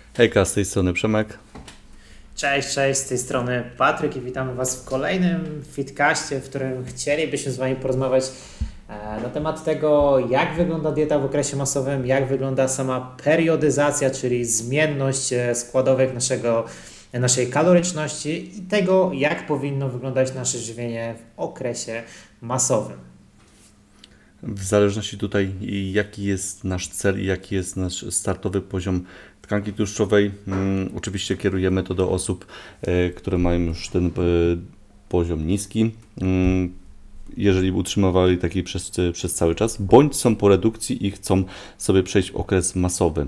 Hejka, z tej strony Przemek. Cześć, z tej strony Patryk i witamy Was w kolejnym Fitcaście, w którym chcielibyśmy z Wami porozmawiać na temat tego, jak wygląda dieta w okresie masowym, jak wygląda sama periodyzacja, czyli zmienność składowych naszej kaloryczności i tego, jak powinno wyglądać nasze żywienie w okresie masowym. W zależności tutaj jaki jest nasz cel i jaki jest nasz startowy poziom tkanki tłuszczowej, oczywiście kierujemy to do osób, które mają już ten poziom niski, jeżeli utrzymywali taki przez cały czas, bądź są po redukcji i chcą sobie przejść w okres masowy.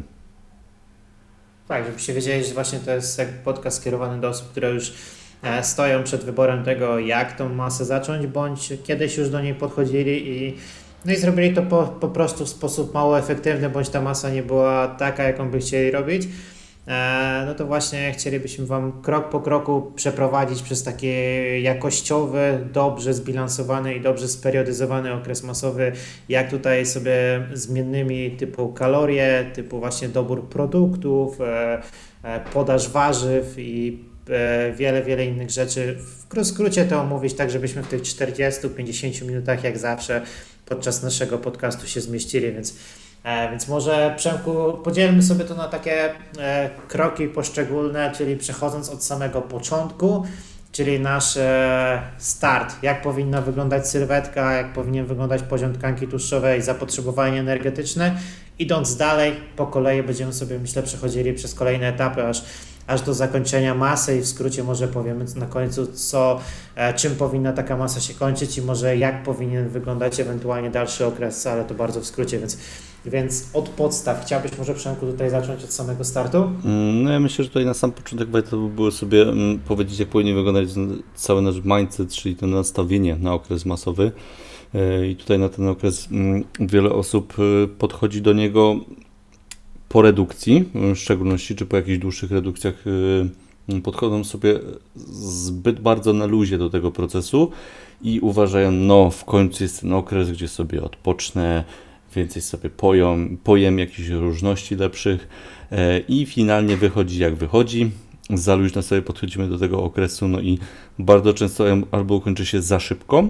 Tak, żebyście wiedzieli, że właśnie to jest jak podcast skierowany do osób, które już stoją przed wyborem tego, jak tą masę zacząć, bądź kiedyś już do niej podchodzili i zrobili to po prostu w sposób mało efektywny, bądź ta masa nie była taka, jaką by chcieli robić. No to właśnie chcielibyśmy Wam krok po kroku przeprowadzić przez taki jakościowy, dobrze zbilansowany i dobrze speriodyzowany okres masowy, jak tutaj sobie zmiennymi typu kalorie, typu właśnie dobór produktów, podaż warzyw i wiele innych rzeczy. W skrócie to omówić tak, żebyśmy w tych 40-50 minutach jak zawsze podczas naszego podcastu się zmieścili, więc może Przemku podzielmy sobie to na takie kroki poszczególne, czyli przechodząc od samego początku, czyli nasz start, jak powinna wyglądać sylwetka, jak powinien wyglądać poziom tkanki tłuszczowej, zapotrzebowanie energetyczne. Idąc dalej, po kolei będziemy sobie, myślę, przechodzili przez kolejne etapy, aż do zakończenia masy i w skrócie może powiemy na końcu, czym powinna taka masa się kończyć i może jak powinien wyglądać ewentualnie dalszy okres, ale to bardzo w skrócie, więc od podstaw. Chciałbyś może, Przemku, tutaj zacząć od samego startu? No ja myślę, że tutaj na sam początek warto by było sobie powiedzieć, jak powinien wyglądać cały nasz mindset, czyli to nastawienie na okres masowy. I tutaj na ten okres wiele osób podchodzi do niego po redukcji, w szczególności, czy po jakichś dłuższych redukcjach podchodzą sobie zbyt bardzo na luzie do tego procesu i uważają, no w końcu jest ten okres, gdzie sobie odpocznę, więcej sobie pojem jakichś różności lepszych i finalnie wychodzi jak wychodzi. Za luźno sobie podchodzimy do tego okresu, no i bardzo często albo kończy się za szybko,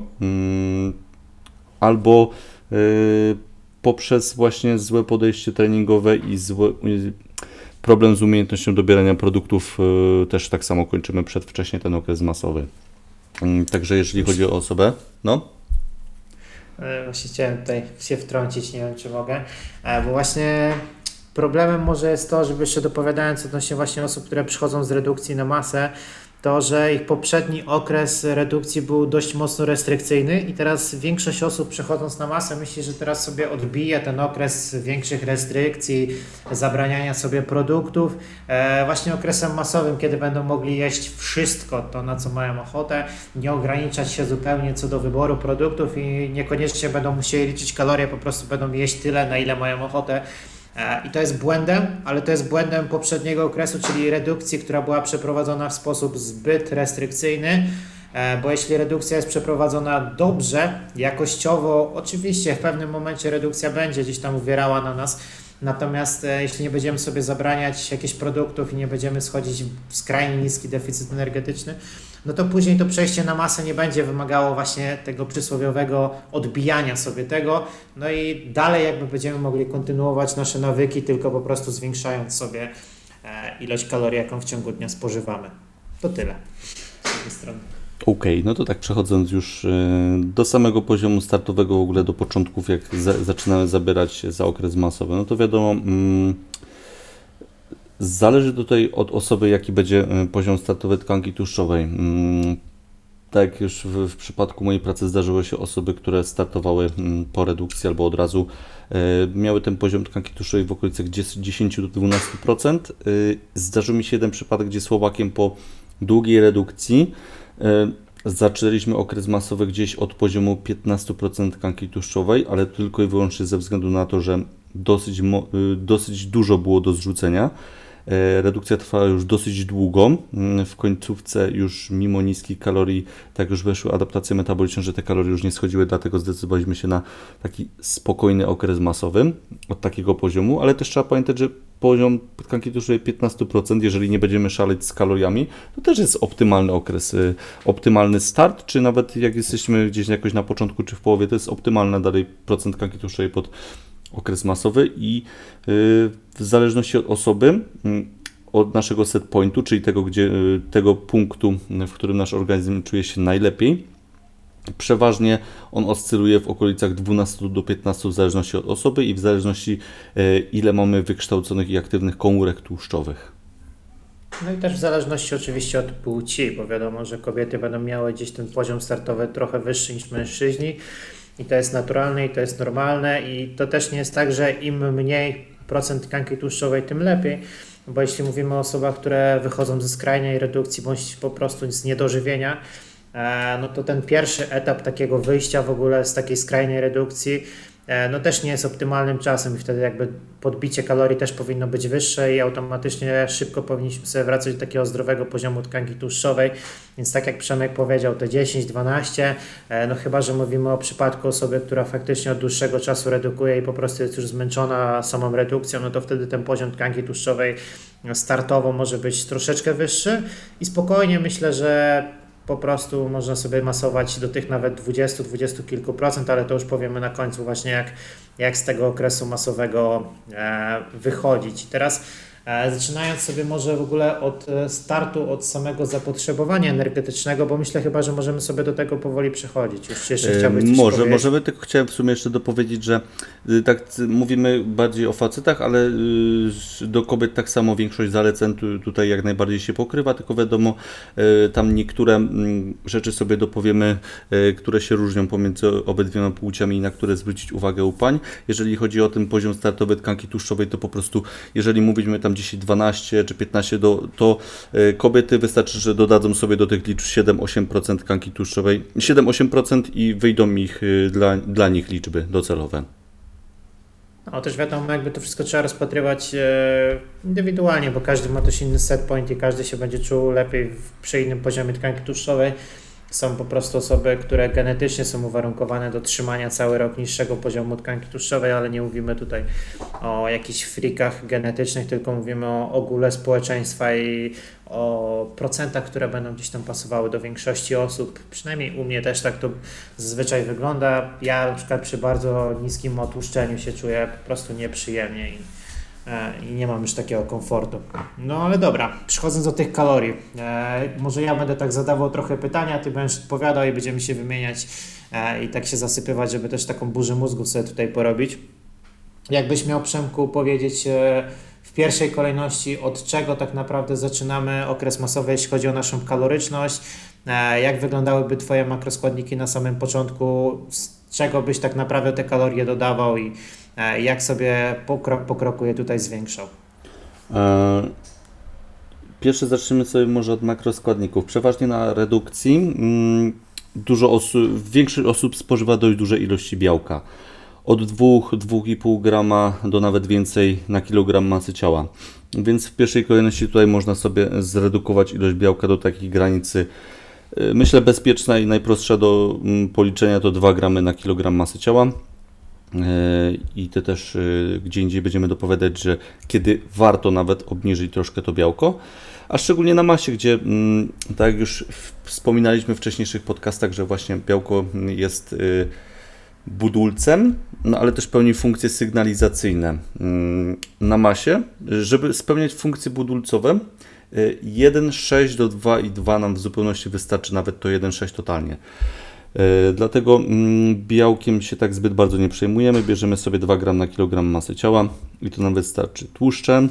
albo poprzez właśnie złe podejście treningowe i problem z umiejętnością dobierania produktów, też tak samo kończymy przedwcześnie ten okres masowy. Także jeżeli chodzi o osobę, no. Właśnie chciałem tutaj się wtrącić, nie wiem czy mogę, bo właśnie problemem może jest to, żeby jeszcze dopowiadając odnośnie właśnie osób, które przychodzą z redukcji na masę, to, że ich poprzedni okres redukcji był dość mocno restrykcyjny i teraz większość osób przechodząc na masę myśli, że teraz sobie odbije ten okres większych restrykcji, zabraniania sobie produktów właśnie okresem masowym, kiedy będą mogli jeść wszystko to, na co mają ochotę, nie ograniczać się zupełnie co do wyboru produktów i niekoniecznie będą musieli liczyć kalorie, po prostu będą jeść tyle, na ile mają ochotę. I to jest błędem, ale to jest błędem poprzedniego okresu, czyli redukcji, która była przeprowadzona w sposób zbyt restrykcyjny, bo jeśli redukcja jest przeprowadzona dobrze, jakościowo, oczywiście w pewnym momencie redukcja będzie gdzieś tam uwierała na nas, natomiast jeśli nie będziemy sobie zabraniać jakichś produktów i nie będziemy schodzić w skrajnie niski deficyt energetyczny, no to później to przejście na masę nie będzie wymagało właśnie tego przysłowiowego odbijania sobie tego, no i dalej jakby będziemy mogli kontynuować nasze nawyki, tylko po prostu zwiększając sobie ilość kalorii, jaką w ciągu dnia spożywamy. To tyle z jednej strony. Okej, no to tak przechodząc już do samego poziomu startowego, w ogóle do początków, jak zaczynamy zabierać za okres masowy, no to wiadomo, zależy tutaj od osoby, jaki będzie poziom startowy tkanki tłuszczowej. Tak jak już w przypadku mojej pracy zdarzyły się osoby, które startowały po redukcji albo od razu miały ten poziom tkanki tłuszczowej w okolicach 10-12%. Zdarzył mi się jeden przypadek, gdzie Słowakiem po długiej redukcji zaczęliśmy okres masowy gdzieś od poziomu 15% tkanki tłuszczowej, ale tylko i wyłącznie ze względu na to, że dosyć dużo było do zrzucenia. Redukcja trwała już dosyć długo. W końcówce już mimo niskich kalorii tak już weszły adaptacje metaboliczne, że te kalorie już nie schodziły, dlatego zdecydowaliśmy się na taki spokojny okres masowy od takiego poziomu, ale też trzeba pamiętać, że poziom tkanki tłuszczowej 15%, jeżeli nie będziemy szaleć z kaloriami, to też jest optymalny okres, optymalny start, czy nawet jak jesteśmy gdzieś jakoś na początku czy w połowie, to jest optymalny dalej procent tkanki tłuszczowej pod okres masowy i w zależności od osoby, od naszego set pointu, czyli tego punktu, w którym nasz organizm czuje się najlepiej, przeważnie on oscyluje w okolicach 12 do 15 w zależności od osoby i w zależności ile mamy wykształconych i aktywnych komórek tłuszczowych. No i też w zależności oczywiście od płci, bo wiadomo, że kobiety będą miały gdzieś ten poziom startowy trochę wyższy niż mężczyźni i to jest naturalne i to jest normalne i to też nie jest tak, że im mniej procent tkanki tłuszczowej, tym lepiej, bo jeśli mówimy o osobach, które wychodzą ze skrajnej redukcji bądź po prostu z niedożywienia, no to ten pierwszy etap takiego wyjścia w ogóle z takiej skrajnej redukcji no też nie jest optymalnym czasem i wtedy jakby podbicie kalorii też powinno być wyższe i automatycznie szybko powinniśmy sobie wracać do takiego zdrowego poziomu tkanki tłuszczowej, więc tak jak Przemek powiedział, te 10-12, no chyba, że mówimy o przypadku osoby, która faktycznie od dłuższego czasu redukuje i po prostu jest już zmęczona samą redukcją, no to wtedy ten poziom tkanki tłuszczowej startowo może być troszeczkę wyższy i spokojnie myślę, że po prostu można sobie masować do tych nawet 20 kilku procent, ale to już powiemy na końcu właśnie jak z tego okresu masowego wychodzić. I teraz zaczynając sobie może w ogóle od startu, od samego zapotrzebowania energetycznego, bo myślę chyba, że możemy sobie do tego powoli przechodzić. Już jeszcze chciałbyś coś powiedzieć? Możemy, tylko chciałem w sumie jeszcze dopowiedzieć, że tak mówimy bardziej o facetach, ale do kobiet tak samo większość zaleceń tutaj jak najbardziej się pokrywa, tylko wiadomo, tam niektóre rzeczy sobie dopowiemy, które się różnią pomiędzy obydwiema płciami i na które zwrócić uwagę u pań. Jeżeli chodzi o ten poziom startowy tkanki tłuszczowej, to po prostu, jeżeli mówimy tam 10, 12 czy 15, to kobiety wystarczy, że dodadzą sobie do tych liczb 7-8% tkanki tłuszczowej, 7-8% i wyjdą ich dla nich liczby docelowe. No też wiadomo, jakby to wszystko trzeba rozpatrywać indywidualnie, bo każdy ma też inny set point i każdy się będzie czuł lepiej przy innym poziomie tkanki tłuszczowej. Są po prostu osoby, które genetycznie są uwarunkowane do trzymania cały rok niższego poziomu tkanki tłuszczowej, ale nie mówimy tutaj o jakichś frikach genetycznych, tylko mówimy o ogóle społeczeństwa i o procentach, które będą gdzieś tam pasowały do większości osób. Przynajmniej u mnie też tak to zazwyczaj wygląda. Ja na przykład przy bardzo niskim otłuszczeniu się czuję po prostu nieprzyjemnie i nie mam już takiego komfortu. No ale dobra, przechodząc do tych kalorii, może ja będę tak zadawał trochę pytania, ty będziesz odpowiadał i będziemy się wymieniać i tak się zasypywać, żeby też taką burzę mózgów sobie tutaj porobić. Jakbyś miał, Przemku, powiedzieć w pierwszej kolejności, od czego tak naprawdę zaczynamy okres masowy, jeśli chodzi o naszą kaloryczność, jak wyglądałyby Twoje makroskładniki na samym początku, z czego byś tak naprawdę te kalorie dodawał i jak sobie krok po kroku je tutaj zwiększał? Pierwsze zacznijmy sobie może od makroskładników. Przeważnie na redukcji większość osób spożywa dość duże ilości białka. Od 2-2,5 grama do nawet więcej na kilogram masy ciała. Więc w pierwszej kolejności tutaj można sobie zredukować ilość białka do takiej granicy, myślę, bezpieczna i najprostsza do policzenia to 2 gramy na kilogram masy ciała. I to też gdzie indziej będziemy dopowiadać, że kiedy warto nawet obniżyć troszkę to białko, a szczególnie na masie, gdzie tak jak już wspominaliśmy w wcześniejszych podcastach, że właśnie białko jest budulcem, no ale też pełni funkcje sygnalizacyjne na masie. Żeby spełniać funkcje budulcowe, 1,6 do 2,2 nam w zupełności wystarczy, nawet to 1,6 totalnie. Dlatego białkiem się tak zbyt bardzo nie przejmujemy, bierzemy sobie 2 gram na kilogram masy ciała i to nam wystarczy. Tłuszcze.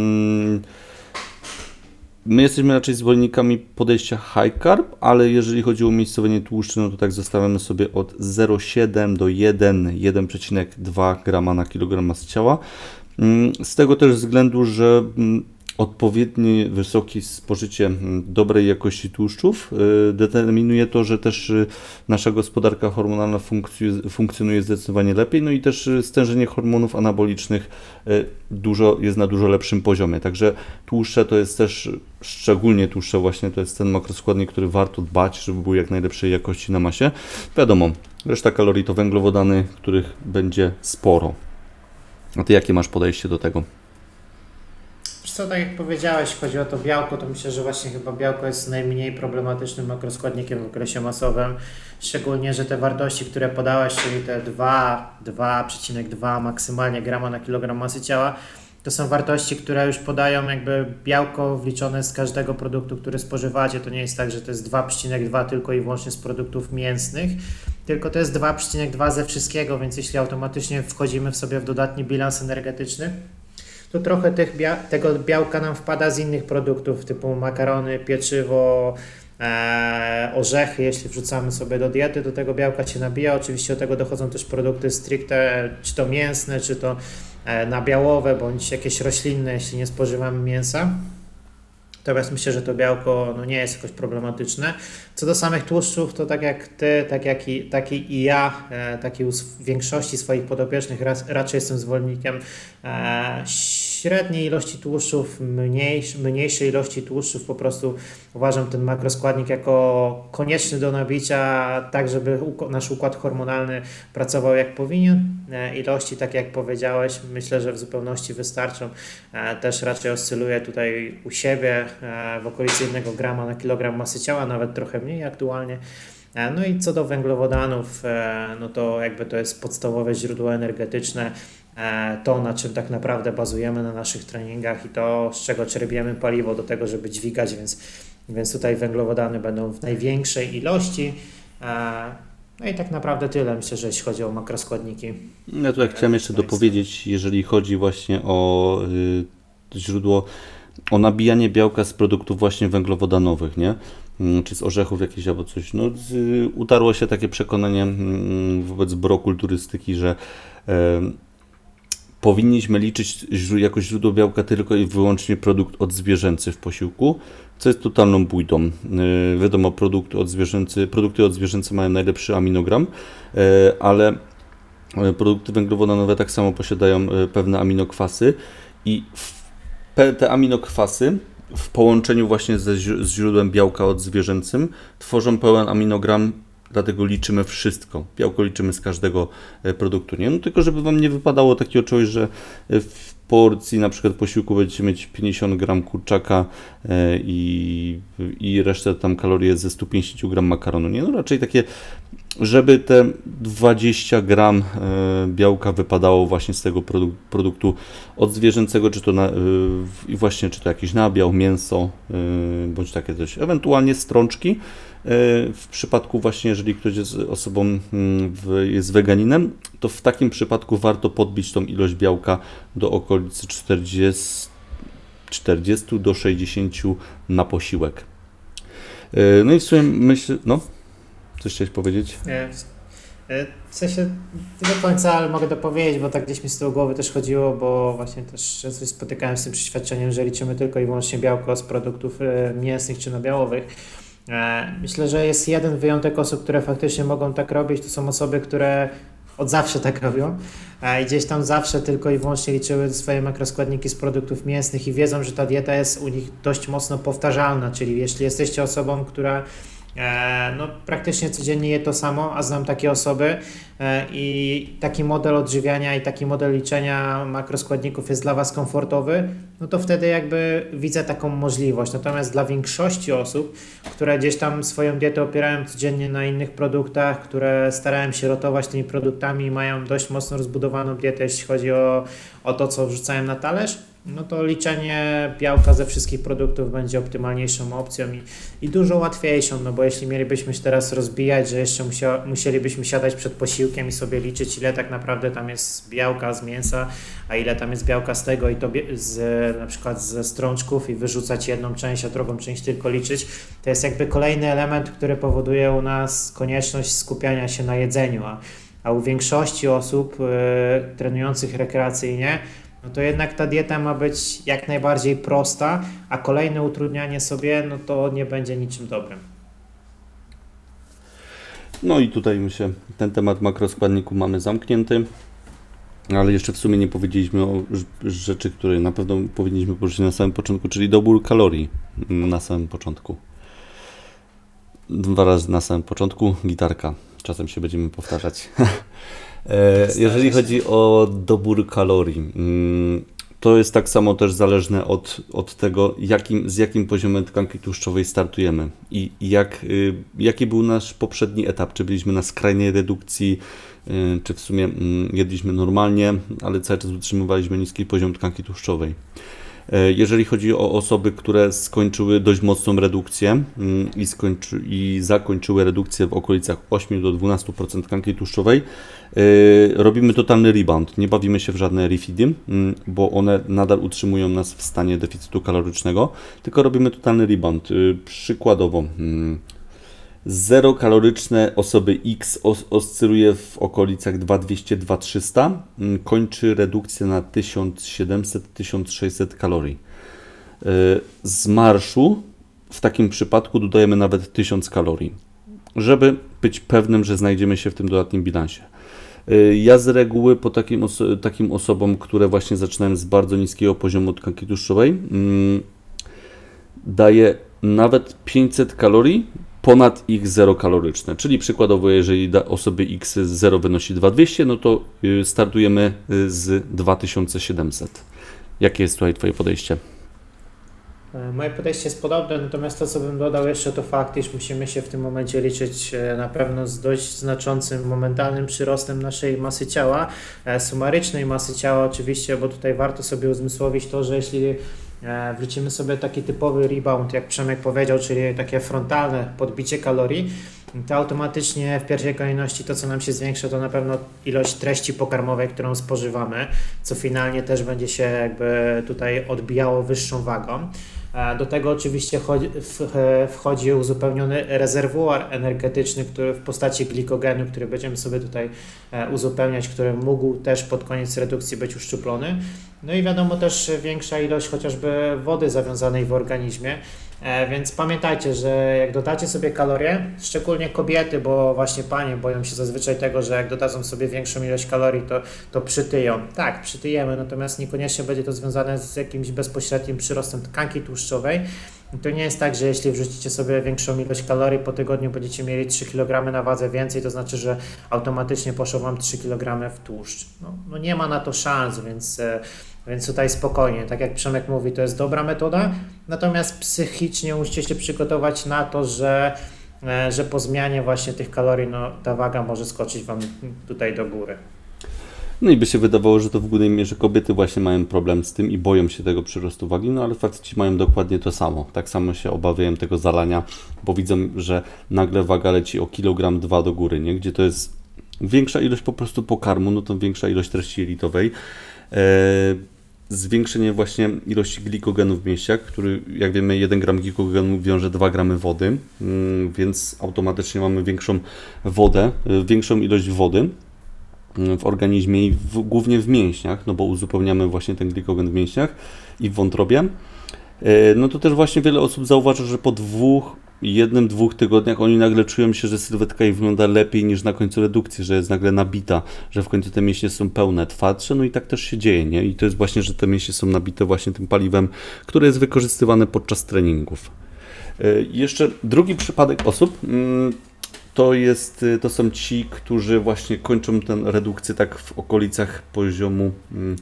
My jesteśmy raczej zwolennikami podejścia high carb, ale jeżeli chodzi o umiejscowienie tłuszczy, no to tak zostawiamy sobie od 0,7 do 1,2 grama na kilogram masy ciała. Z tego też względu, że odpowiednie wysokie spożycie dobrej jakości tłuszczów determinuje to, że też nasza gospodarka hormonalna funkcjonuje zdecydowanie lepiej, no i też stężenie hormonów anabolicznych jest na dużo lepszym poziomie. Także tłuszcze to jest też, szczególnie tłuszcze właśnie, to jest ten makroskładnik, który warto dbać, żeby był jak najlepszej jakości na masie. Wiadomo, reszta kalorii to węglowodany, których będzie sporo. A Ty jakie masz podejście do tego? Wiesz co, tak jak powiedziałeś, jeśli chodzi o to białko, to myślę, że właśnie chyba białko jest najmniej problematycznym makroskładnikiem w okresie masowym. Szczególnie, że te wartości, które podałeś, czyli te 2,2 maksymalnie grama na kilogram masy ciała, to są wartości, które już podają jakby białko wliczone z każdego produktu, który spożywacie. To nie jest tak, że to jest 2,2 tylko i wyłącznie z produktów mięsnych, tylko to jest 2,2 ze wszystkiego, więc jeśli automatycznie wchodzimy sobie w dodatni bilans energetyczny, to trochę tego białka nam wpada z innych produktów typu makarony, pieczywo, orzechy, jeśli wrzucamy sobie do diety, do tego białka się nabija. Oczywiście do tego dochodzą też produkty stricte, czy to mięsne, czy to nabiałowe, bądź jakieś roślinne, jeśli nie spożywamy mięsa. Natomiast myślę, że to białko nie jest jakoś problematyczne. Co do samych tłuszczów, to tak jak Ty, tak i ja, tak i u większości swoich podopiecznych raczej jestem zwolennikiem średniej ilości tłuszczów, mniejszej ilości tłuszczów. Po prostu uważam ten makroskładnik jako konieczny do nabicia, tak żeby nasz układ hormonalny pracował jak powinien. Ilości, tak jak powiedziałeś, myślę, że w zupełności wystarczą. Też raczej oscyluję tutaj u siebie w okolicy 1 grama na kilogram masy ciała, nawet trochę mniej aktualnie. No i co do węglowodanów, no to jakby to jest podstawowe źródło energetyczne, to na czym tak naprawdę bazujemy na naszych treningach i to z czego czerpiemy paliwo do tego, żeby dźwigać, więc tutaj węglowodany będą w największej ilości. No i tak naprawdę tyle, myślę, że jeśli chodzi o makroskładniki. Ja tutaj chciałem jeszcze dopowiedzieć, jeżeli chodzi właśnie o źródło, o nabijanie białka z produktów właśnie węglowodanowych, nie? Czy z orzechów jakichś albo coś. No, utarło się takie przekonanie wobec brokulturystyki, że powinniśmy liczyć jako źródło białka tylko i wyłącznie produkt odzwierzęcy w posiłku, co jest totalną bójdą. Wiadomo, produkty odzwierzęce mają najlepszy aminogram, ale produkty węglowodanowe tak samo posiadają pewne aminokwasy i te aminokwasy w połączeniu właśnie z źródłem białka odzwierzęcym tworzą pełen aminogram, dlatego liczymy wszystko. Białko liczymy z każdego produktu. Nie? No tylko żeby Wam nie wypadało takiego czegoś, że w porcji na przykład posiłku będziecie mieć 50 gram kurczaka i resztę tam kalorii ze 150 gram makaronu. Nie? No raczej takie, żeby te 20 gram białka wypadało właśnie z tego produktu odzwierzęcego, czy to jakiś nabiał, mięso, bądź takie coś, ewentualnie strączki. W przypadku właśnie, jeżeli ktoś jest osobą, jest weganinem, to w takim przypadku warto podbić tą ilość białka do okolicy 40 do 60 na posiłek. No i w sumie myślę, coś chciałeś powiedzieć? Nie, w sensie nie do końca, ale mogę dopowiedzieć, bo tak gdzieś mi z tyłu głowy też chodziło, bo właśnie też często się spotykałem z tym przeświadczeniem, że liczymy tylko i wyłącznie białko z produktów mięsnych czy nabiałowych. Myślę, że jest jeden wyjątek osób, które faktycznie mogą tak robić, to są osoby, które od zawsze tak robią i gdzieś tam zawsze tylko i wyłącznie liczyły swoje makroskładniki z produktów mięsnych i wiedzą, że ta dieta jest u nich dość mocno powtarzalna, czyli jeśli jesteście osobą, która praktycznie codziennie je to samo, a znam takie osoby i taki model odżywiania i taki model liczenia makroskładników jest dla Was komfortowy, no to wtedy jakby widzę taką możliwość. Natomiast dla większości osób, które gdzieś tam swoją dietę opierają codziennie na innych produktach, które starają się rotować tymi produktami i mają dość mocno rozbudowaną dietę, jeśli chodzi o to, co wrzucają na talerz, no to liczenie białka ze wszystkich produktów będzie optymalniejszą opcją i dużo łatwiejszą, no bo jeśli mielibyśmy się teraz rozbijać, że jeszcze musielibyśmy siadać przed posiłkiem i sobie liczyć, ile tak naprawdę tam jest białka z mięsa, a ile tam jest białka z tego i to na przykład ze strączków i wyrzucać jedną część, a drugą część tylko liczyć, to jest jakby kolejny element, który powoduje u nas konieczność skupiania się na jedzeniu, a u większości osób trenujących rekreacyjnie, no to jednak ta dieta ma być jak najbardziej prosta, a kolejne utrudnianie sobie, no to nie będzie niczym dobrym. No i tutaj myślę, ten temat makroskładników mamy zamknięty, ale jeszcze w sumie nie powiedzieliśmy o rzeczy, które na pewno powinniśmy poruszyć na samym początku, czyli dobór kalorii na samym początku. 2 razy na samym początku, gitarka. Czasem się będziemy powtarzać. Jeżeli chodzi o dobór kalorii, To jest tak samo też zależne od tego, z jakim poziomem tkanki tłuszczowej startujemy i jaki był nasz poprzedni etap. Czy byliśmy na skrajnej redukcji, czy w sumie jedliśmy normalnie, ale cały czas utrzymywaliśmy niski poziom tkanki tłuszczowej. Jeżeli chodzi o osoby, które skończyły dość mocną redukcję i zakończyły redukcję w okolicach 8 do 12% tkanki tłuszczowej, robimy totalny rebound. Nie bawimy się w żadne refeedy, bo one nadal utrzymują nas w stanie deficytu kalorycznego, tylko robimy totalny rebound. Przykładowo, zerokaloryczne osoby X oscyluje w okolicach 2200-2300, kończy redukcję na 1700-1600 kalorii. Z marszu w takim przypadku dodajemy nawet 1000 kalorii, żeby być pewnym, że znajdziemy się w tym dodatnim bilansie. Ja z reguły po takim osobom, które właśnie zaczynają z bardzo niskiego poziomu tkanki tłuszczowej, daję nawet 500 kalorii ponad ich zerokaloryczne, czyli przykładowo, jeżeli osoby X 0 wynosi 2200, no to startujemy z 2700. Jakie jest tutaj Twoje podejście? Moje podejście jest podobne, natomiast to, co bym dodał jeszcze, to fakt, iż musimy się w tym momencie liczyć na pewno z dość znaczącym momentalnym przyrostem naszej masy ciała, sumarycznej masy ciała oczywiście, bo tutaj warto sobie uzmysłowić to, że jeśli wrócimy sobie taki typowy rebound, jak Przemek powiedział, czyli takie frontalne podbicie kalorii, to automatycznie w pierwszej kolejności to, co nam się zwiększa, to na pewno ilość treści pokarmowej, którą spożywamy, co finalnie też będzie się jakby tutaj odbijało wyższą wagą. Do tego oczywiście wchodzi uzupełniony rezerwuar energetyczny, który w postaci glikogenu, który będziemy sobie tutaj uzupełniać, który mógł też pod koniec redukcji być uszczuplony. No i wiadomo też większa ilość chociażby wody zawiązanej w organizmie. Więc pamiętajcie, że jak dodacie sobie kalorie, szczególnie kobiety, bo właśnie panie boją się zazwyczaj tego, że jak dodadzą sobie większą ilość kalorii, to przytyją. Tak, przytyjemy, natomiast niekoniecznie będzie to związane z jakimś bezpośrednim przyrostem tkanki tłuszczowej. To nie jest tak, że jeśli wrzucicie sobie większą ilość kalorii, po tygodniu będziecie mieli 3 kg na wadze więcej, to znaczy, że automatycznie poszło Wam 3 kg w tłuszcz. No nie ma na to szans, więc tutaj spokojnie, tak jak Przemek mówi, to jest dobra metoda, natomiast psychicznie musicie się przygotować na to, że po zmianie właśnie tych kalorii, no ta waga może skoczyć Wam tutaj do góry. No i by się wydawało, że to w głównej mierze kobiety właśnie mają problem z tym i boją się tego przyrostu wagi, no ale faceci mają dokładnie to samo. Tak samo się obawiają tego zalania, bo widzą, że nagle waga leci o 1-2 kg do góry, nie? Gdzie to jest większa ilość po prostu pokarmu, no to większa ilość treści jelitowej. Zwiększenie właśnie ilości glikogenu w mięśniach, który jak wiemy 1 gram glikogenu wiąże 2 gramy wody, więc automatycznie mamy większą ilość wody w organizmie i głównie w mięśniach, no bo uzupełniamy właśnie ten glikogen w mięśniach i w wątrobie. No to też właśnie wiele osób zauważa, że po 1-2 tygodniach oni nagle czują się, że sylwetka ich wygląda lepiej niż na końcu redukcji, że jest nagle nabita, że w końcu te mięśnie są pełne, twardsze, no i tak też się dzieje, nie? I to jest właśnie, że te mięśnie są nabite właśnie tym paliwem, które jest wykorzystywane podczas treningów. Jeszcze drugi przypadek osób to są ci, którzy właśnie kończą tę redukcję tak w okolicach poziomu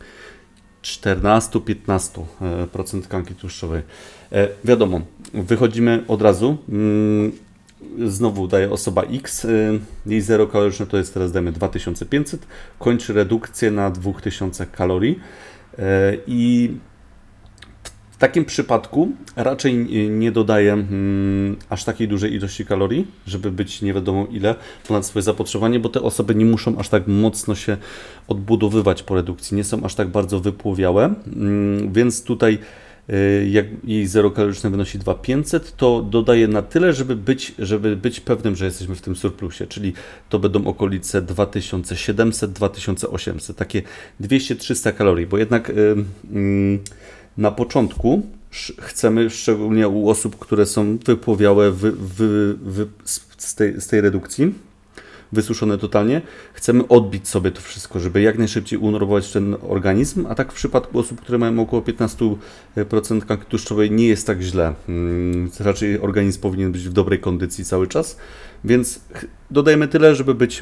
14-15% tkanki tłuszczowej. Wiadomo, wychodzimy od razu. Znowu daje osoba X, jej zerokaloryczne to jest teraz dajmy 2500, kończy redukcję na 2000 kalorii i w takim przypadku raczej nie dodaję aż takiej dużej ilości kalorii, żeby być nie wiadomo ile ponad swoje zapotrzebowanie, bo te osoby nie muszą aż tak mocno się odbudowywać po redukcji, nie są aż tak bardzo wypłowiałe, więc tutaj jak jej zerokaloryczne wynosi 2500, to dodaję na tyle, żeby być pewnym, że jesteśmy w tym surplusie, czyli to będą okolice 2700-2800, takie 200-300 kalorii, bo jednak na początku chcemy, szczególnie u osób, które są wypłowiałe z tej redukcji, wysuszone totalnie. Chcemy odbić sobie to wszystko, żeby jak najszybciej unormować ten organizm, a tak w przypadku osób, które mają około 15% tkanki tłuszczowej nie jest tak źle. Raczej organizm powinien być w dobrej kondycji cały czas, więc dodajemy tyle,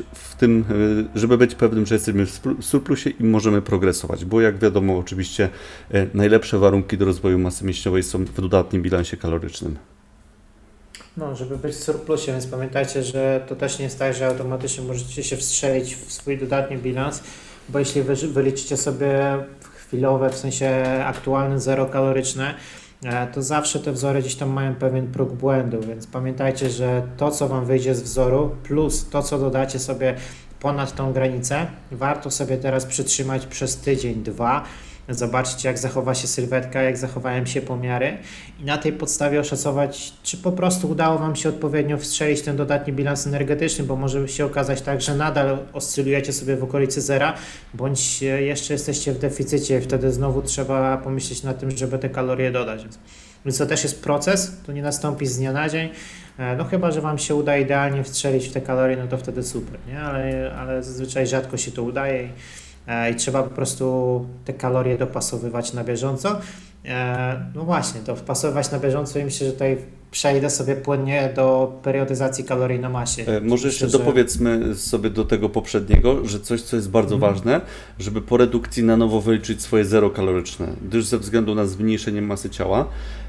żeby być pewnym, że jesteśmy w surplusie i możemy progresować, bo jak wiadomo oczywiście najlepsze warunki do rozwoju masy mięśniowej są w dodatnim bilansie kalorycznym. No, żeby być w surplusie, więc pamiętajcie, że to też nie jest tak, że automatycznie możecie się wstrzelić w swój dodatni bilans, bo jeśli wyliczycie sobie chwilowe, w sensie aktualne zero kaloryczne, to zawsze te wzory gdzieś tam mają pewien próg błędu, więc pamiętajcie, że to, co Wam wyjdzie z wzoru, plus to, co dodacie sobie ponad tą granicę, warto sobie teraz przytrzymać przez tydzień, dwa, zobaczyć, jak zachowa się sylwetka, jak zachowają się pomiary i na tej podstawie oszacować, czy po prostu udało Wam się odpowiednio wstrzelić ten dodatni bilans energetyczny, bo może się okazać tak, że nadal oscylujecie sobie w okolicy zera, bądź jeszcze jesteście w deficycie, wtedy znowu trzeba pomyśleć nad tym, żeby te kalorie dodać. Więc to też jest proces, to nie nastąpi z dnia na dzień, no chyba, że Wam się uda idealnie wstrzelić w te kalorie, no to wtedy super, nie? Ale zazwyczaj rzadko się to udaje i trzeba po prostu te kalorie dopasowywać na bieżąco. No właśnie, to wpasowywać na bieżąco i myślę, że tutaj przejdę sobie płynnie do periodyzacji kalorii na masie. Może jeszcze dopowiedzmy sobie do tego poprzedniego, że coś, co jest bardzo ważne, żeby po redukcji na nowo wyliczyć swoje zero kaloryczne, gdyż ze względu na zmniejszenie masy ciała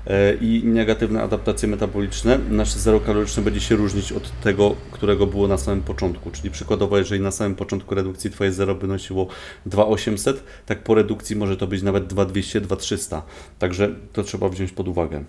i negatywne adaptacje metaboliczne, nasze zero kaloryczne będzie się różnić od tego, którego było na samym początku. Czyli przykładowo, jeżeli na samym początku redukcji Twoje zero wynosiło 2800, tak po redukcji może to być nawet 2200, 2300. Także to trzeba wziąć pod uwagę.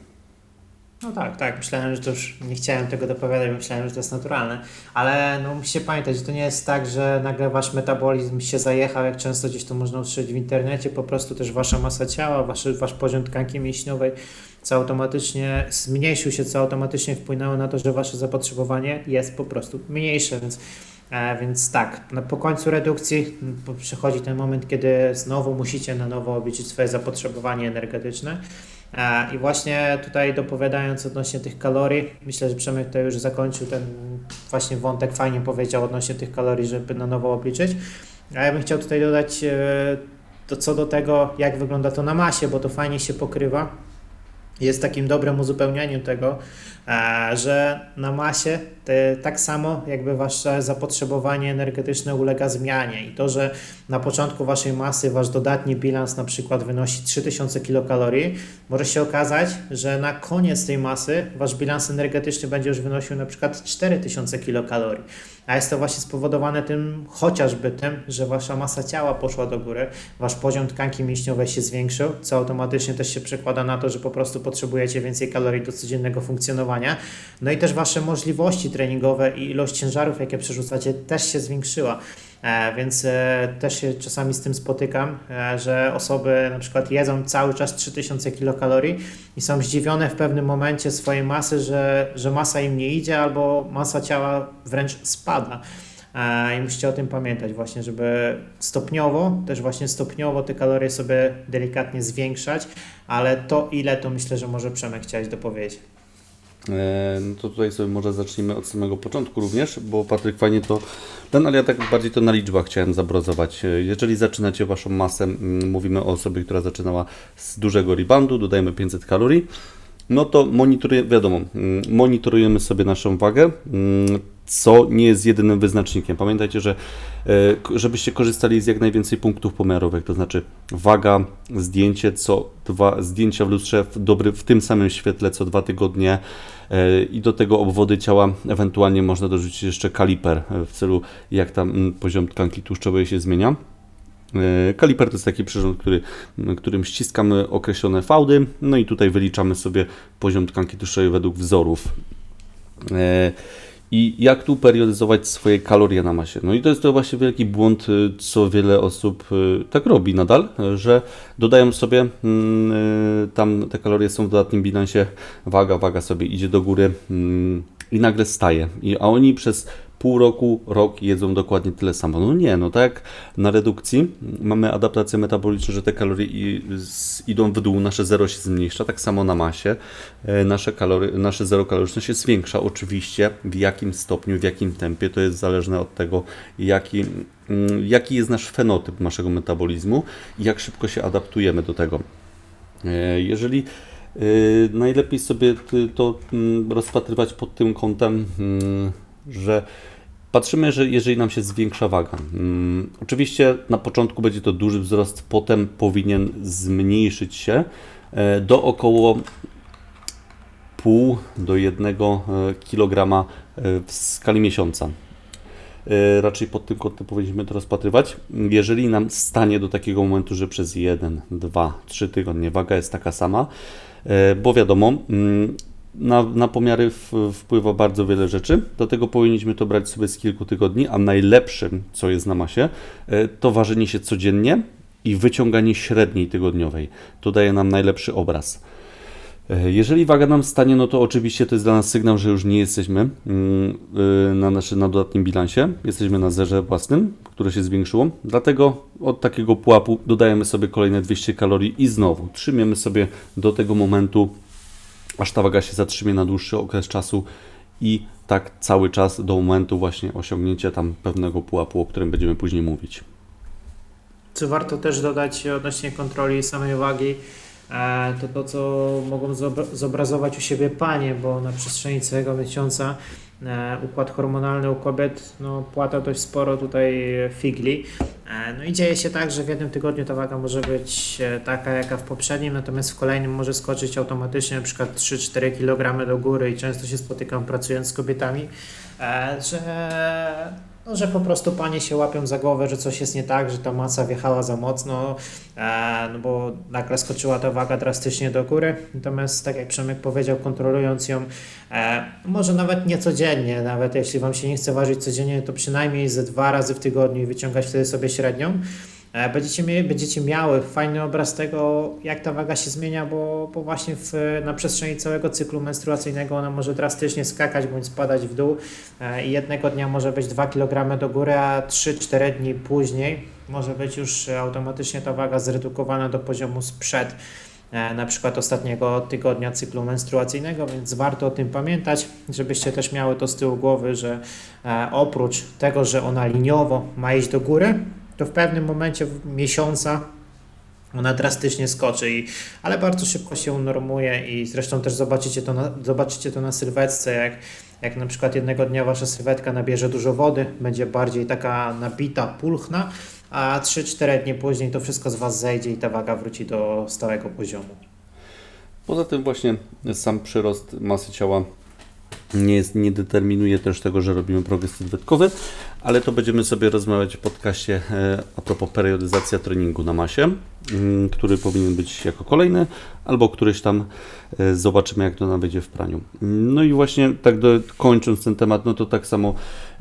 No tak, myślałem, że to już nie chciałem tego dopowiadać, myślałem, że to jest naturalne, ale no musicie pamiętać, że to nie jest tak, że nagle wasz metabolizm się zajechał, jak często gdzieś to można usłyszeć w internecie, po prostu też wasza masa ciała, wasz poziom tkanki mięśniowej co automatycznie zmniejszył się, co automatycznie wpłynęło na to, że wasze zapotrzebowanie jest po prostu mniejsze, więc tak, po końcu redukcji przychodzi ten moment, kiedy znowu musicie na nowo obliczyć swoje zapotrzebowanie energetyczne. I właśnie tutaj dopowiadając odnośnie tych kalorii, myślę, że Przemek tutaj już zakończył ten właśnie wątek, fajnie powiedział odnośnie tych kalorii, żeby na nowo obliczyć. A ja bym chciał tutaj dodać to co do tego, jak wygląda to na masie, bo to fajnie się pokrywa. Jest takim dobrym uzupełnieniem tego, że na masie tak samo jakby wasze zapotrzebowanie energetyczne ulega zmianie i to, że na początku waszej masy wasz dodatni bilans na przykład wynosi 3000 kilokalorii, może się okazać, że na koniec tej masy wasz bilans energetyczny będzie już wynosił na przykład 4000 kilokalorii. A jest to właśnie spowodowane chociażby tym, że wasza masa ciała poszła do góry, wasz poziom tkanki mięśniowej się zwiększył, co automatycznie też się przekłada na to, że po prostu potrzebujecie więcej kalorii do codziennego funkcjonowania. No i też wasze możliwości treningowe i ilość ciężarów, jakie przerzucacie, też się zwiększyła. Więc też się czasami z tym spotykam, że osoby na przykład jedzą cały czas 3000 kilokalorii i są zdziwione w pewnym momencie swojej masy, że masa im nie idzie albo masa ciała wręcz spada. I musicie o tym pamiętać właśnie, żeby stopniowo te kalorie sobie delikatnie zwiększać, ale to ile, to myślę, że może Przemek chciałeś dopowiedzieć. No to tutaj sobie może zacznijmy od samego początku również, bo Patryk fajnie to ale ja tak bardziej to na liczbach chciałem zabrozować. Jeżeli zaczynacie Waszą masę, mówimy o osobie, która zaczynała z dużego reboundu, dodajemy 500 kalorii, no to monitorujemy sobie naszą wagę, co nie jest jedynym wyznacznikiem. Pamiętajcie, że żebyście korzystali z jak najwięcej punktów pomiarowych, to znaczy waga, zdjęcie, co 2 zdjęcia w lustrze w tym samym świetle co 2 tygodnie i do tego obwody ciała, ewentualnie można dorzucić jeszcze kaliper w celu jak tam poziom tkanki tłuszczowej się zmienia. Kaliper to jest taki przyrząd, którym ściskamy określone fałdy, no i tutaj wyliczamy sobie poziom tkanki tłuszczowej według wzorów. I jak tu periodyzować swoje kalorie na masie? No i to jest to właśnie wielki błąd, co wiele osób tak robi nadal, że dodają sobie, tam te kalorie są w dodatnim bilansie, waga sobie idzie do góry i nagle staje. A oni przez pół roku, rok jedzą dokładnie tyle samo. No nie, no tak jak na redukcji mamy adaptację metaboliczną, że te kalorie idą w dół, nasze zero się zmniejsza, tak samo na masie nasze zero kaloryczne się zwiększa. Oczywiście w jakim stopniu, w jakim tempie, to jest zależne od tego, jaki jest nasz fenotyp naszego metabolizmu i jak szybko się adaptujemy do tego. Jeżeli najlepiej sobie to rozpatrywać pod tym kątem, że patrzymy, że jeżeli nam się zwiększa waga, oczywiście na początku będzie to duży wzrost, potem powinien zmniejszyć się do około 0,5 do 1 kg w skali miesiąca. Raczej pod tym kątem powinniśmy to rozpatrywać. Jeżeli nam stanie do takiego momentu, że przez 1, 2, 3 tygodnie waga jest taka sama, bo wiadomo, na pomiary wpływa bardzo wiele rzeczy, dlatego powinniśmy to brać sobie z kilku tygodni, a najlepszym, co jest na masie, to ważenie się codziennie i wyciąganie średniej tygodniowej. To daje nam najlepszy obraz. Jeżeli waga nam stanie, no to oczywiście to jest dla nas sygnał, że już nie jesteśmy na dodatnim bilansie, jesteśmy na zerze własnym, które się zwiększyło, dlatego od takiego pułapu dodajemy sobie kolejne 200 kalorii i znowu trzymiemy sobie do tego momentu, aż ta waga się zatrzymie na dłuższy okres czasu i tak cały czas do momentu właśnie osiągnięcia tam pewnego pułapu, o którym będziemy później mówić. Co warto też dodać odnośnie kontroli samej wagi, to co mogą zobrazować u siebie panie, bo na przestrzeni całego miesiąca układ hormonalny u kobiet płata dość sporo tutaj figli. No i dzieje się tak, że w jednym tygodniu ta waga może być taka jaka w poprzednim, natomiast w kolejnym może skoczyć automatycznie na przykład 3-4 kg do góry i często się spotykam pracując z kobietami, że po prostu panie się łapią za głowę, że coś jest nie tak, że ta masa wjechała za mocno, no bo nagle skoczyła ta waga drastycznie do góry. Natomiast tak jak Przemek powiedział, kontrolując ją, może nawet nie codziennie, nawet jeśli Wam się nie chce ważyć codziennie, to przynajmniej ze 2 razy w tygodniu i wyciągać wtedy sobie średnią, będziecie miały fajny obraz tego, jak ta waga się zmienia, bo właśnie na przestrzeni całego cyklu menstruacyjnego ona może drastycznie skakać bądź spadać w dół i jednego dnia może być 2 kg do góry, a 3-4 dni później może być już automatycznie ta waga zredukowana do poziomu sprzed na przykład ostatniego tygodnia cyklu menstruacyjnego, więc warto o tym pamiętać, żebyście też miały to z tyłu głowy, że oprócz tego, że ona liniowo ma iść do góry, to w pewnym momencie miesiąca ona drastycznie skoczy, ale bardzo szybko się unormuje i zresztą też zobaczycie to na sylwetce, jak na przykład jednego dnia Wasza sylwetka nabierze dużo wody, będzie bardziej taka nabita, pulchna, a 3-4 dni później to wszystko z Was zejdzie i ta waga wróci do stałego poziomu. Poza tym właśnie sam przyrost masy ciała nie determinuje też tego, że robimy progres sylwetkowy, ale to będziemy sobie rozmawiać w podcaście a propos periodyzacja treningu na masie, który powinien być jako kolejny, albo któryś tam zobaczymy, jak to nam wyjdzie w praniu. No i właśnie tak kończąc ten temat, no to tak samo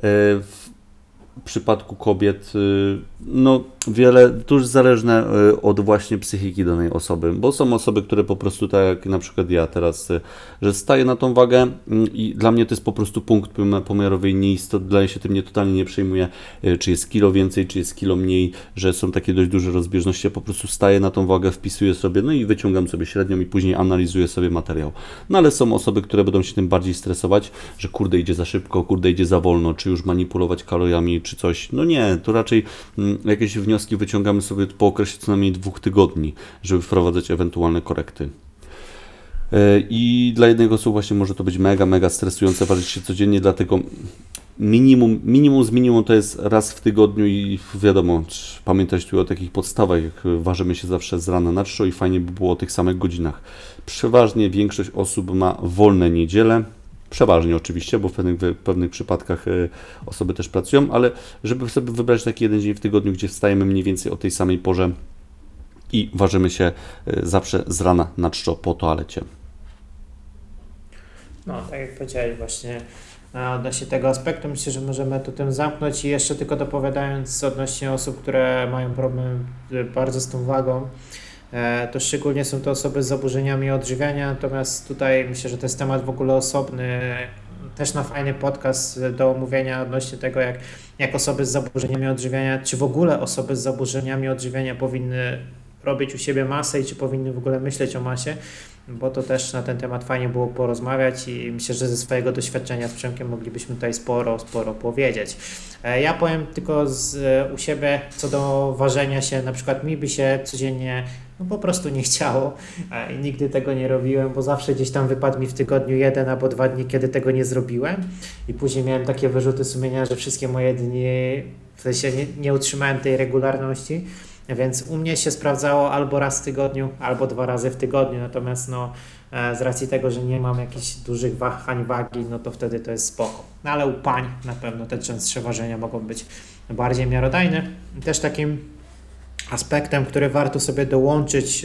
w przypadku kobiet, no wiele, to już zależne od właśnie psychiki danej osoby, bo są osoby, które po prostu tak jak na przykład ja teraz, że staję na tą wagę i dla mnie to jest po prostu punkt pomiarowy i dla się tym totalnie nie przejmuję, czy jest kilo więcej, czy jest kilo mniej, że są takie dość duże rozbieżności, ja po prostu staję na tą wagę, wpisuję sobie, no i wyciągam sobie średnią i później analizuję sobie materiał. No ale są osoby, które będą się tym bardziej stresować, że kurde idzie za szybko, kurde idzie za wolno, czy już manipulować kaloriami, czy coś. No nie, to raczej jakieś wnioski wyciągamy sobie po okresie co najmniej 2 tygodni, żeby wprowadzać ewentualne korekty. I dla jednego osób właśnie może to być mega stresujące ważyć się codziennie, dlatego minimum z minimum to jest raz w tygodniu i wiadomo, pamiętać tu o takich podstawach, jak ważymy się zawsze z rana na czczo i fajnie by było o tych samych godzinach. Przeważnie większość osób ma wolne niedziele, przeważnie oczywiście, bo w pewnych przypadkach osoby też pracują, ale żeby sobie wybrać taki jeden dzień w tygodniu, gdzie wstajemy mniej więcej o tej samej porze i ważymy się zawsze z rana na czczo po toalecie. No, tak jak powiedziałeś właśnie odnośnie tego aspektu, myślę, że możemy to tym zamknąć i jeszcze tylko dopowiadając odnośnie osób, które mają problem bardzo z tą wagą, to szczególnie są to osoby z zaburzeniami odżywiania, natomiast tutaj myślę, że to jest temat w ogóle osobny, też na fajny podcast do omówienia odnośnie tego, jak osoby z zaburzeniami odżywiania, czy w ogóle osoby z zaburzeniami odżywiania powinny robić u siebie masę i czy powinny w ogóle myśleć o masie, bo to też na ten temat fajnie było porozmawiać i myślę, że ze swojego doświadczenia z Przemkiem moglibyśmy tutaj sporo powiedzieć. Ja powiem tylko u siebie co do ważenia się, na przykład mi by się codziennie po prostu nie chciało i nigdy tego nie robiłem, bo zawsze gdzieś tam wypadł mi w tygodniu 1 albo 2 dni, kiedy tego nie zrobiłem i później miałem takie wyrzuty sumienia, że wszystkie moje dni, w sensie nie utrzymałem tej regularności. Więc u mnie się sprawdzało albo raz w tygodniu, albo 2 razy w tygodniu, natomiast z racji tego, że nie mam jakichś dużych wahań wagi, no to wtedy to jest spoko. No ale u pań na pewno te częstsze ważenia mogą być bardziej miarodajne. I też takim aspektem, który warto sobie dołączyć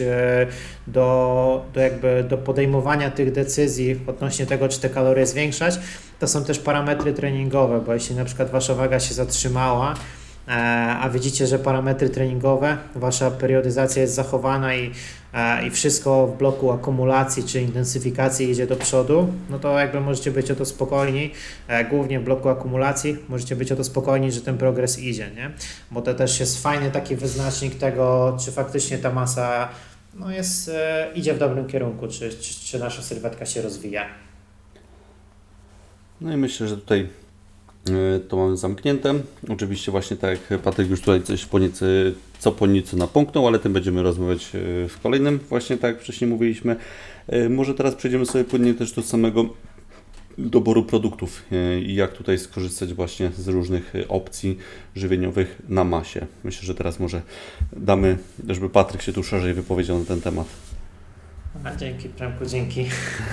do podejmowania tych decyzji odnośnie tego, czy te kalorie zwiększać, to są też parametry treningowe, bo jeśli na przykład wasza waga się zatrzymała, a widzicie, że parametry treningowe, wasza periodyzacja jest zachowana i wszystko w bloku akumulacji czy intensyfikacji idzie do przodu, no to jakby możecie być o to spokojni, głównie w bloku akumulacji możecie być o to spokojni, że ten progres idzie, nie? Bo to też jest fajny taki wyznacznik tego, czy faktycznie ta masa idzie w dobrym kierunku, czy nasza sylwetka się rozwija. No i myślę, że tutaj to mamy zamknięte. Oczywiście właśnie tak jak Patryk już tutaj coś po nieco napomknął, ale tym będziemy rozmawiać w kolejnym, właśnie tak jak wcześniej mówiliśmy. Może teraz przejdziemy sobie płynnie też do samego doboru produktów i jak tutaj skorzystać właśnie z różnych opcji żywieniowych na masie. Myślę, że teraz może damy, żeby Patryk się tu szerzej wypowiedział na ten temat. Dzięki Przemku, dzięki.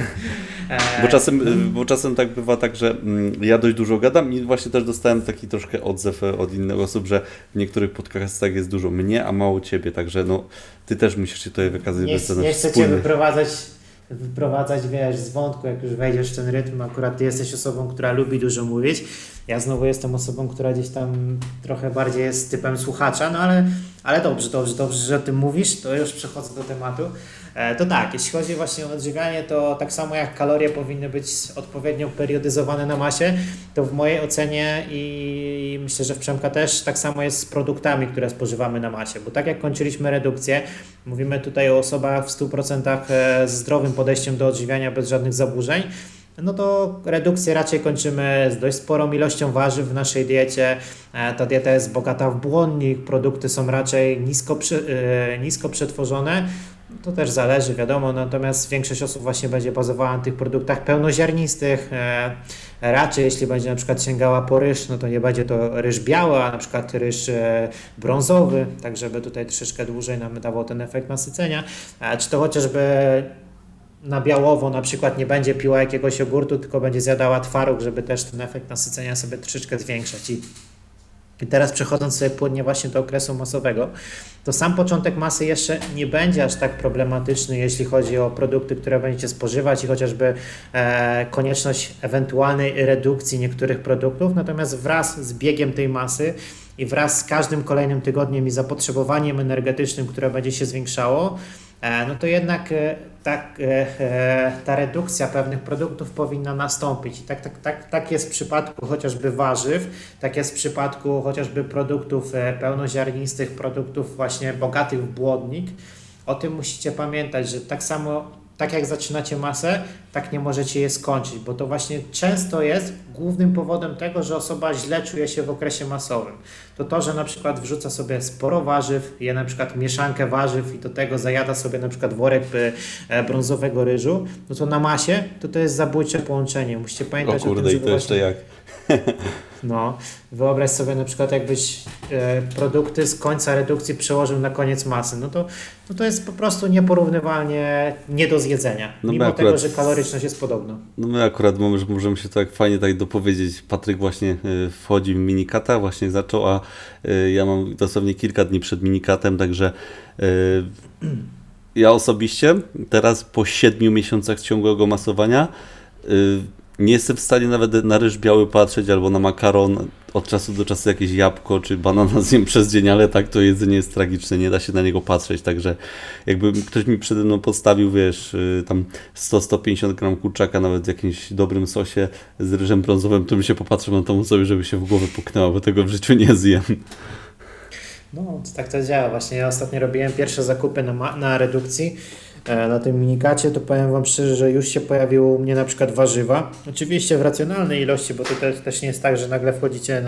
Bo czasem tak bywa tak, że ja dość dużo gadam i właśnie też dostałem taki troszkę odzew od innych osób, że w niektórych podcastach jest dużo mnie, a mało Ciebie, także Ty też musisz się tutaj wykazywać. Nie chcę Cię wyprowadzać, wiesz, z wątku, jak już wejdziesz w ten rytm, akurat Ty jesteś osobą, która lubi dużo mówić, ja znowu jestem osobą, która gdzieś tam trochę bardziej jest typem słuchacza, no ale dobrze, że o tym mówisz, to już przechodzę do tematu. To tak, jeśli chodzi właśnie o odżywianie, to tak samo jak kalorie powinny być odpowiednio periodyzowane na masie, to w mojej ocenie i myślę, że w Przemka też tak samo jest z produktami, które spożywamy na masie, bo tak jak kończyliśmy redukcję, mówimy tutaj o osobach w 100% z zdrowym podejściem do odżywiania bez żadnych zaburzeń, no to redukcję raczej kończymy z dość sporą ilością warzyw w naszej diecie. Ta dieta jest bogata w błonnik, produkty są raczej nisko przetworzone. To też zależy, wiadomo, natomiast większość osób właśnie będzie bazowała na tych produktach pełnoziarnistych. Raczej jeśli będzie na przykład sięgała po ryż, no to nie będzie to ryż biały, a na przykład ryż brązowy, tak żeby tutaj troszeczkę dłużej nam dawał ten efekt nasycenia. Czy to chociażby na białowo na przykład nie będzie piła jakiegoś jogurtu, tylko będzie zjadała twaróg, żeby też ten efekt nasycenia sobie troszeczkę zwiększać. I teraz przechodząc sobie płynnie właśnie do okresu masowego, to sam początek masy jeszcze nie będzie aż tak problematyczny, jeśli chodzi o produkty, które będziecie spożywać i chociażby konieczność ewentualnej redukcji niektórych produktów, natomiast wraz z biegiem tej masy i wraz z każdym kolejnym tygodniem i zapotrzebowaniem energetycznym, które będzie się zwiększało, no to jednak ta redukcja pewnych produktów powinna nastąpić. I tak jest w przypadku chociażby warzyw, tak jest w przypadku chociażby produktów pełnoziarnistych, produktów właśnie bogatych w błonnik. O tym musicie pamiętać, że tak samo, tak jak zaczynacie masę, tak nie możecie je skończyć, bo to właśnie często jest głównym powodem tego, że osoba źle czuje się w okresie masowym. To, że na przykład wrzuca sobie sporo warzyw, je na przykład mieszankę warzyw i do tego zajada sobie na przykład worek brązowego ryżu, no to na masie to jest zabójcze połączenie. Musicie pamiętać o tym, i to jeszcze jak. No, wyobraź sobie na przykład jakbyś produkty z końca redukcji przełożył na koniec masy, no to jest po prostu nieporównywalnie nie do zjedzenia, mimo tego, że kaloryczność jest podobna. No my akurat możemy się tak fajnie tak dopowiedzieć. Patryk właśnie wchodzi w minikata, właśnie zaczął, a ja mam dosłownie kilka dni przed minikatem, także ja osobiście teraz po 7 miesiącach ciągłego masowania nie jestem w stanie nawet na ryż biały patrzeć albo na makaron. od czasu do czasu jakieś jabłko czy banana zjem przez dzień, ale tak to jedzenie jest tragiczne, nie da się na niego patrzeć, także jakby ktoś mi przede mną postawił, wiesz, tam 100-150 gram kurczaka, nawet w jakimś dobrym sosie z ryżem brązowym, to bym się popatrzył na tą sobie, żeby się w głowę puknęła, bo tego w życiu nie zjem. No, tak to działa. Właśnie ja ostatnio robiłem pierwsze zakupy na redukcji, na tym minikacie, to powiem Wam szczerze, że już się pojawiło u mnie na przykład warzywa. Oczywiście w racjonalnej ilości, bo to też nie jest tak, że nagle wchodzicie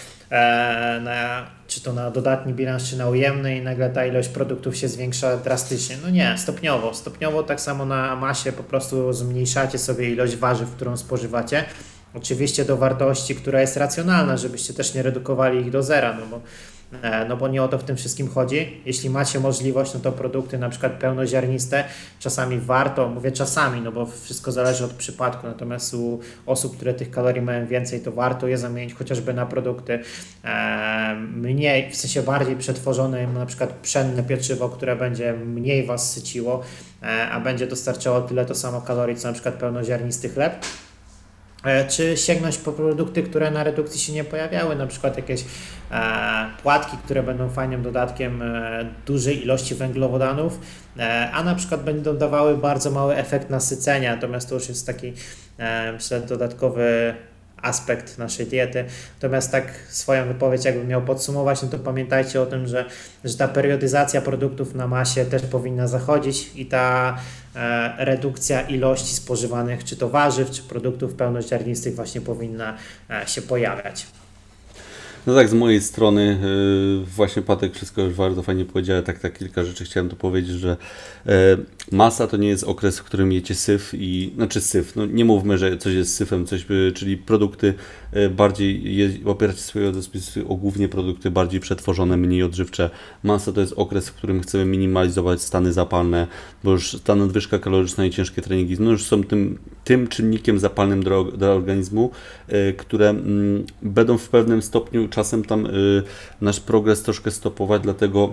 czy to na dodatni bilans, czy na ujemny i nagle ta ilość produktów się zwiększa drastycznie. No nie, stopniowo. Stopniowo tak samo na masie po prostu zmniejszacie sobie ilość warzyw, którą spożywacie. Oczywiście do wartości, która jest racjonalna, żebyście też nie redukowali ich do zera, no bo nie o to w tym wszystkim chodzi. Jeśli macie możliwość, no to produkty na przykład pełnoziarniste czasami warto, mówię czasami, no bo wszystko zależy od przypadku, natomiast u osób, które tych kalorii mają więcej, to warto je zamienić chociażby na produkty mniej, w sensie bardziej przetworzone, na przykład pszenne pieczywo, które będzie mniej Was syciło, a będzie dostarczało tyle to samo kalorii, co na przykład pełnoziarnisty chleb. Czy sięgnąć po produkty, które na redukcji się nie pojawiały, na przykład jakieś płatki, które będą fajnym dodatkiem dużej ilości węglowodanów, a na przykład będą dawały bardzo mały efekt nasycenia, natomiast to już jest taki, myślę, dodatkowy aspekt naszej diety. Natomiast tak swoją wypowiedź jakbym miał podsumować, no to pamiętajcie o tym, że ta periodyzacja produktów na masie też powinna zachodzić i ta redukcja ilości spożywanych czy to warzyw, czy produktów pełnoziarnistych właśnie powinna się pojawiać. No tak, z mojej strony właśnie Patek wszystko już bardzo fajnie powiedział, tak kilka rzeczy chciałem tu powiedzieć, że masa to nie jest okres, w którym jecie syf znaczy syf, no nie mówmy, że coś jest syfem, czyli produkty bardziej, opieracie swojego dyspozycji o głównie produkty bardziej przetworzone, mniej odżywcze. Masa to jest okres, w którym chcemy minimalizować stany zapalne, bo już ta nadwyżka kaloryczna i ciężkie treningi no już są tym czynnikiem zapalnym dla organizmu, które będą w pewnym stopniu czasem tam nasz progres troszkę stopować, dlatego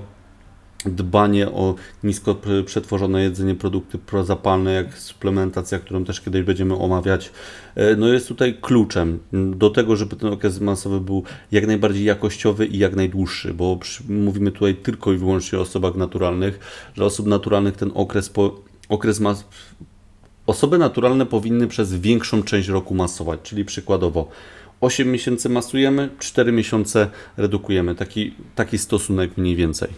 dbanie o nisko przetworzone jedzenie, produkty prozapalne, jak suplementacja, którą też kiedyś będziemy omawiać, no jest tutaj kluczem do tego, żeby ten okres masowy był jak najbardziej jakościowy i jak najdłuższy, bo mówimy tutaj tylko i wyłącznie o osobach naturalnych. Dla osób naturalnych ten okres osoby naturalne powinny przez większą część roku masować, czyli przykładowo 8 miesięcy masujemy, 4 miesiące redukujemy. Taki stosunek mniej więcej.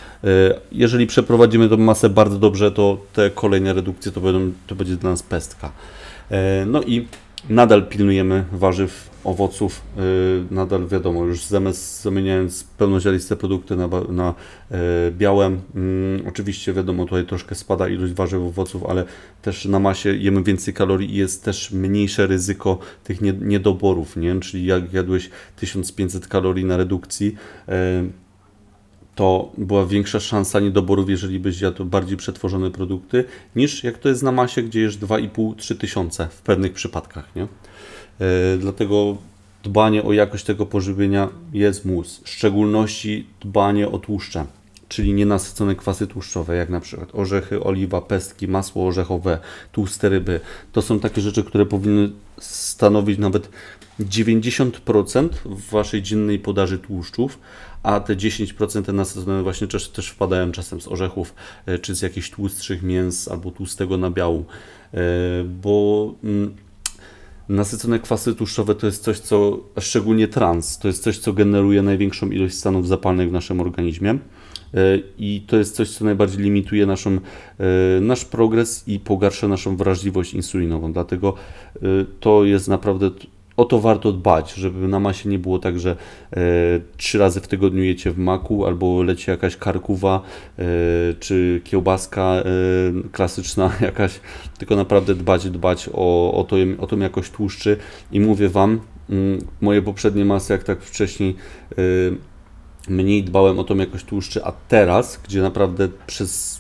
Jeżeli przeprowadzimy tą masę bardzo dobrze, to te kolejne redukcje to będzie dla nas pestka. No i nadal pilnujemy warzyw, owoców, nadal wiadomo, już zamieniając pełnoziarniste produkty na białe. Oczywiście wiadomo, tutaj troszkę spada ilość warzyw, owoców, ale też na masie jemy więcej kalorii i jest też mniejsze ryzyko tych niedoborów, nie? Czyli jak jadłeś 1500 kalorii na redukcji, to była większa szansa niedoborów, jeżeli byś jadł bardziej przetworzone produkty, niż jak to jest na masie, gdzie jesz 2,5-3 tysiące w pewnych przypadkach, nie? Dlatego dbanie o jakość tego pożywienia jest mus. W szczególności dbanie o tłuszcze, czyli nienasycone kwasy tłuszczowe, jak na przykład orzechy, oliwa, pestki, masło orzechowe, tłuste ryby. To są takie rzeczy, które powinny stanowić nawet 90% w Waszej dziennej podaży tłuszczów, a te 10% nasycone właśnie też wpadają czasem z orzechów, czy z jakichś tłustszych mięs albo tłustego nabiału, bo nasycone kwasy tłuszczowe to jest coś, co, szczególnie trans, to jest coś, co generuje największą ilość stanów zapalnych w naszym organizmie i to jest coś, co najbardziej limituje nasz progres i pogarsza naszą wrażliwość insulinową, dlatego to jest naprawdę... O to warto dbać, żeby na masie nie było tak, że 3 razy w tygodniu jecie w maku, albo leci jakaś karkuwa, czy kiełbaska klasyczna jakaś, tylko naprawdę dbać o tą jakość tłuszczy i mówię Wam, moje poprzednie masy, jak tak wcześniej mniej dbałem o tą jakość tłuszczy, a teraz, gdzie naprawdę przez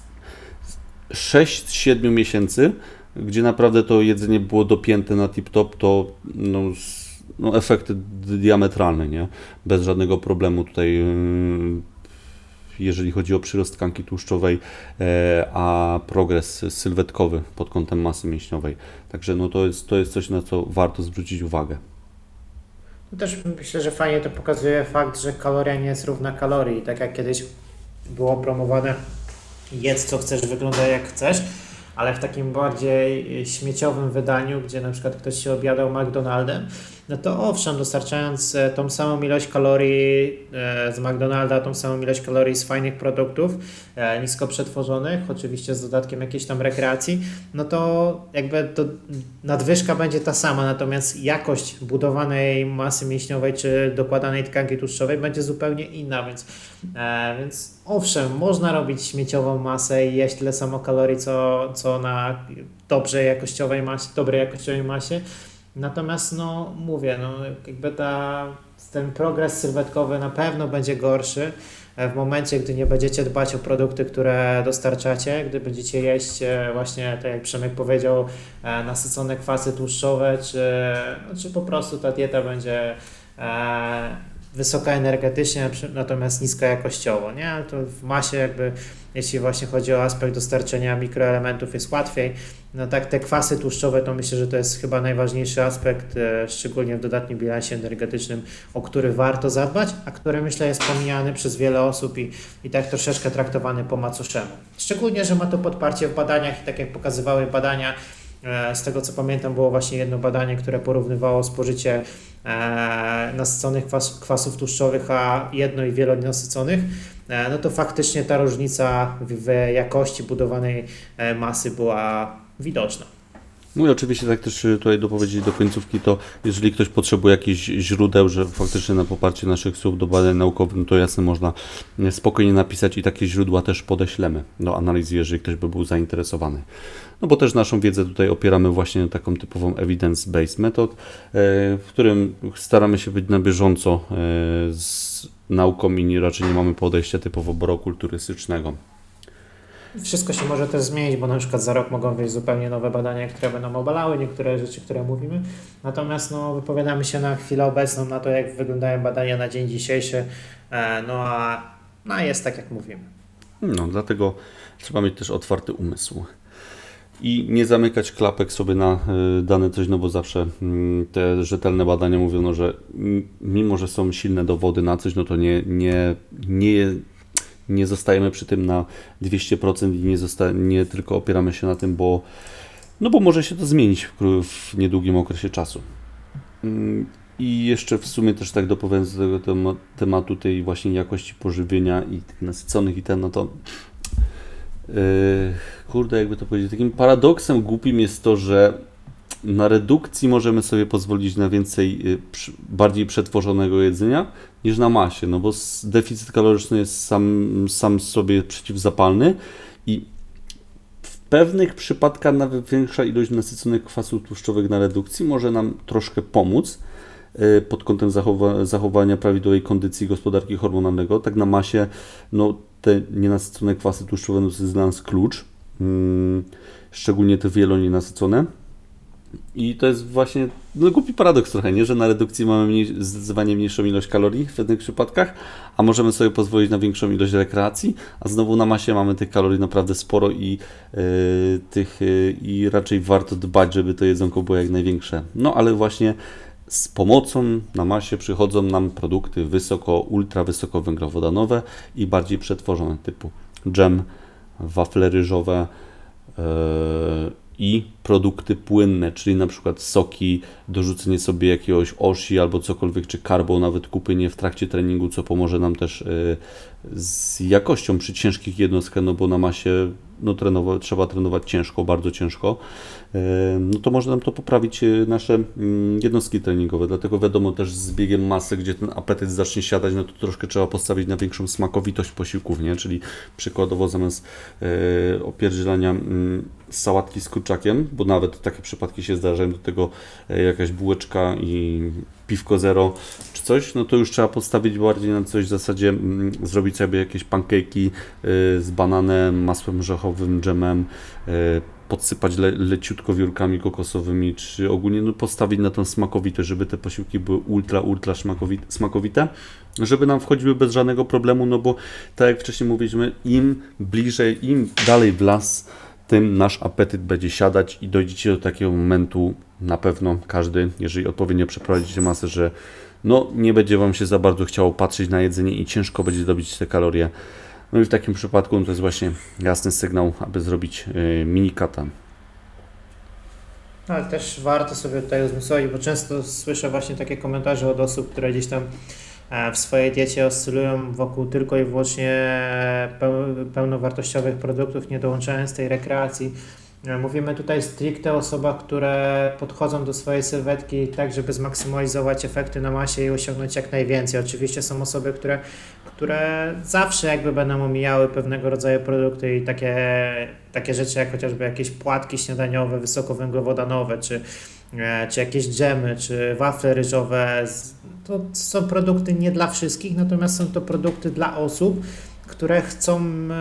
6-7 miesięcy gdzie naprawdę to jedzenie było dopięte na tip-top, to efekty diametralne, nie? Bez żadnego problemu tutaj, jeżeli chodzi o przyrost tkanki tłuszczowej, a progres sylwetkowy pod kątem masy mięśniowej. Także to jest coś, na co warto zwrócić uwagę. To też myślę, że fajnie to pokazuje fakt, że kaloria nie jest równa kalorii. Tak jak kiedyś było promowane, jedz co chcesz, wyglądaj jak chcesz, ale w takim bardziej śmieciowym wydaniu, gdzie na przykład ktoś się obiadał McDonaldem, no to owszem, dostarczając tą samą ilość kalorii z McDonalda, tą samą ilość kalorii z fajnych produktów, nisko przetworzonych, oczywiście z dodatkiem jakiejś tam rekreacji, no to jakby to nadwyżka będzie ta sama, natomiast jakość budowanej masy mięśniowej czy dokładanej tkanki tłuszczowej będzie zupełnie inna, więc owszem, można robić śmieciową masę i jeść tyle samo kalorii, co na dobrej jakościowej masie. Natomiast no mówię, no jakby ten progres sylwetkowy na pewno będzie gorszy w momencie, gdy nie będziecie dbać o produkty, które dostarczacie, gdy będziecie jeść właśnie, tak jak Przemek powiedział, nasycone kwasy tłuszczowe, czy po prostu ta dieta będzie wysoka energetycznie, natomiast niska jakościowo, nie? Ale to w masie jakby, jeśli właśnie chodzi o aspekt dostarczenia mikroelementów jest łatwiej. No tak, te kwasy tłuszczowe to myślę, że to jest chyba najważniejszy aspekt, szczególnie w dodatnim bilansie energetycznym, o który warto zadbać, a który myślę jest pomijany przez wiele osób i tak troszeczkę traktowany po macoszemu. Szczególnie, że ma to podparcie w badaniach i tak jak pokazywały badania, z tego co pamiętam było właśnie jedno badanie, które porównywało spożycie nasyconych kwasów tłuszczowych, a jedno- i wielonasyconych, no to faktycznie ta różnica w jakości budowanej masy była widoczna. No i oczywiście tak też tutaj dopowiedzieć do końcówki, to jeżeli ktoś potrzebuje jakichś źródeł, że faktycznie na poparcie naszych słów do badań naukowych, no to jasne można spokojnie napisać i takie źródła też podeślemy do analizy, jeżeli ktoś by był zainteresowany. No bo też naszą wiedzę tutaj opieramy właśnie na taką typową evidence-based method, w którym staramy się być na bieżąco z nauką i raczej nie mamy podejścia typowo borokulturystycznego. Wszystko się może też zmienić, bo na przykład za rok mogą wyjść zupełnie nowe badania, które będą obalały niektóre rzeczy, które mówimy. Natomiast no, wypowiadamy się na chwilę obecną na to, jak wyglądają badania na dzień dzisiejszy, no a jest tak, jak mówimy. No, dlatego trzeba mieć też otwarty umysł. I nie zamykać klapek sobie na dane coś, no bo zawsze te rzetelne badania mówią, no, że mimo, że są silne dowody na coś, no to nie zostajemy przy tym na 200% i nie tylko opieramy się na tym, bo może się to zmienić w niedługim okresie czasu. I jeszcze w sumie też tak dopowiem z tego tematu tej właśnie jakości pożywienia i tych nasyconych i no to kurde, jakby to powiedzieć, takim paradoksem głupim jest to, że na redukcji możemy sobie pozwolić na więcej bardziej przetworzonego jedzenia niż na masie, no bo deficyt kaloryczny jest sam sobie przeciwzapalny i w pewnych przypadkach nawet większa ilość nasyconych kwasów tłuszczowych na redukcji może nam troszkę pomóc pod kątem zachowania prawidłowej kondycji gospodarki hormonalnego. Tak na masie, no te nienasycone kwasy tłuszczowe to jest dla nas klucz, szczególnie te wielonienasycone. I to jest właśnie głupi paradoks trochę, nie? Że na redukcji mamy zdecydowanie mniejszą ilość kalorii w pewnych przypadkach, a możemy sobie pozwolić na większą ilość rekreacji, a znowu na masie mamy tych kalorii naprawdę sporo i raczej warto dbać, żeby to jedzonko było jak największe. No ale właśnie z pomocą na masie przychodzą nam produkty ultra wysoko węglowodanowe i bardziej przetworzone typu dżem, wafle ryżowe, i produkty płynne, czyli na przykład soki, dorzucenie sobie jakiegoś oshi albo cokolwiek, czy carbo, nawet kupienie w trakcie treningu, co pomoże nam też z jakością przy ciężkich jednostkach, no bo na masie trzeba trenować ciężko, bardzo ciężko, no to może nam to poprawić nasze jednostki treningowe, dlatego wiadomo też z biegiem masy, gdzie ten apetyt zacznie siadać, no to troszkę trzeba postawić na większą smakowitość posiłków, nie? Czyli przykładowo zamiast opierdzielania sałatki z kurczakiem, bo nawet takie przypadki się zdarzają, do tego jakaś bułeczka i piwko zero czy coś, no to już trzeba postawić bardziej na coś w zasadzie, zrobić sobie jakieś pancake'i z bananem, masłem orzechowym, dżemem, podsypać leciutko wiórkami kokosowymi, czy ogólnie postawić na tą smakowitość, żeby te posiłki były ultra smakowite, żeby nam wchodziły bez żadnego problemu, no bo tak jak wcześniej mówiliśmy, im dalej w las, tym nasz apetyt będzie siadać i dojdziecie do takiego momentu, na pewno każdy, jeżeli odpowiednio przeprowadzicie masę, że no nie będzie Wam się za bardzo chciało patrzeć na jedzenie i ciężko będzie dobić te kalorie. No i w takim przypadku to jest właśnie jasny sygnał, aby zrobić mini kata. Ale też warto sobie tutaj uzmysłowić, bo często słyszę właśnie takie komentarze od osób, które gdzieś tam w swojej diecie oscylują wokół tylko i wyłącznie pełnowartościowych produktów, nie dołączając tej rekreacji. Mówimy tutaj stricte o osobach, które podchodzą do swojej sylwetki tak, żeby zmaksymalizować efekty na masie i osiągnąć jak najwięcej. Oczywiście są osoby, które zawsze jakby będą omijały pewnego rodzaju produkty i takie rzeczy jak chociażby jakieś płatki śniadaniowe, wysokowęglowodanowe, czy jakieś dżemy, czy wafle ryżowe. To są produkty nie dla wszystkich, natomiast są to produkty dla osób, które chcą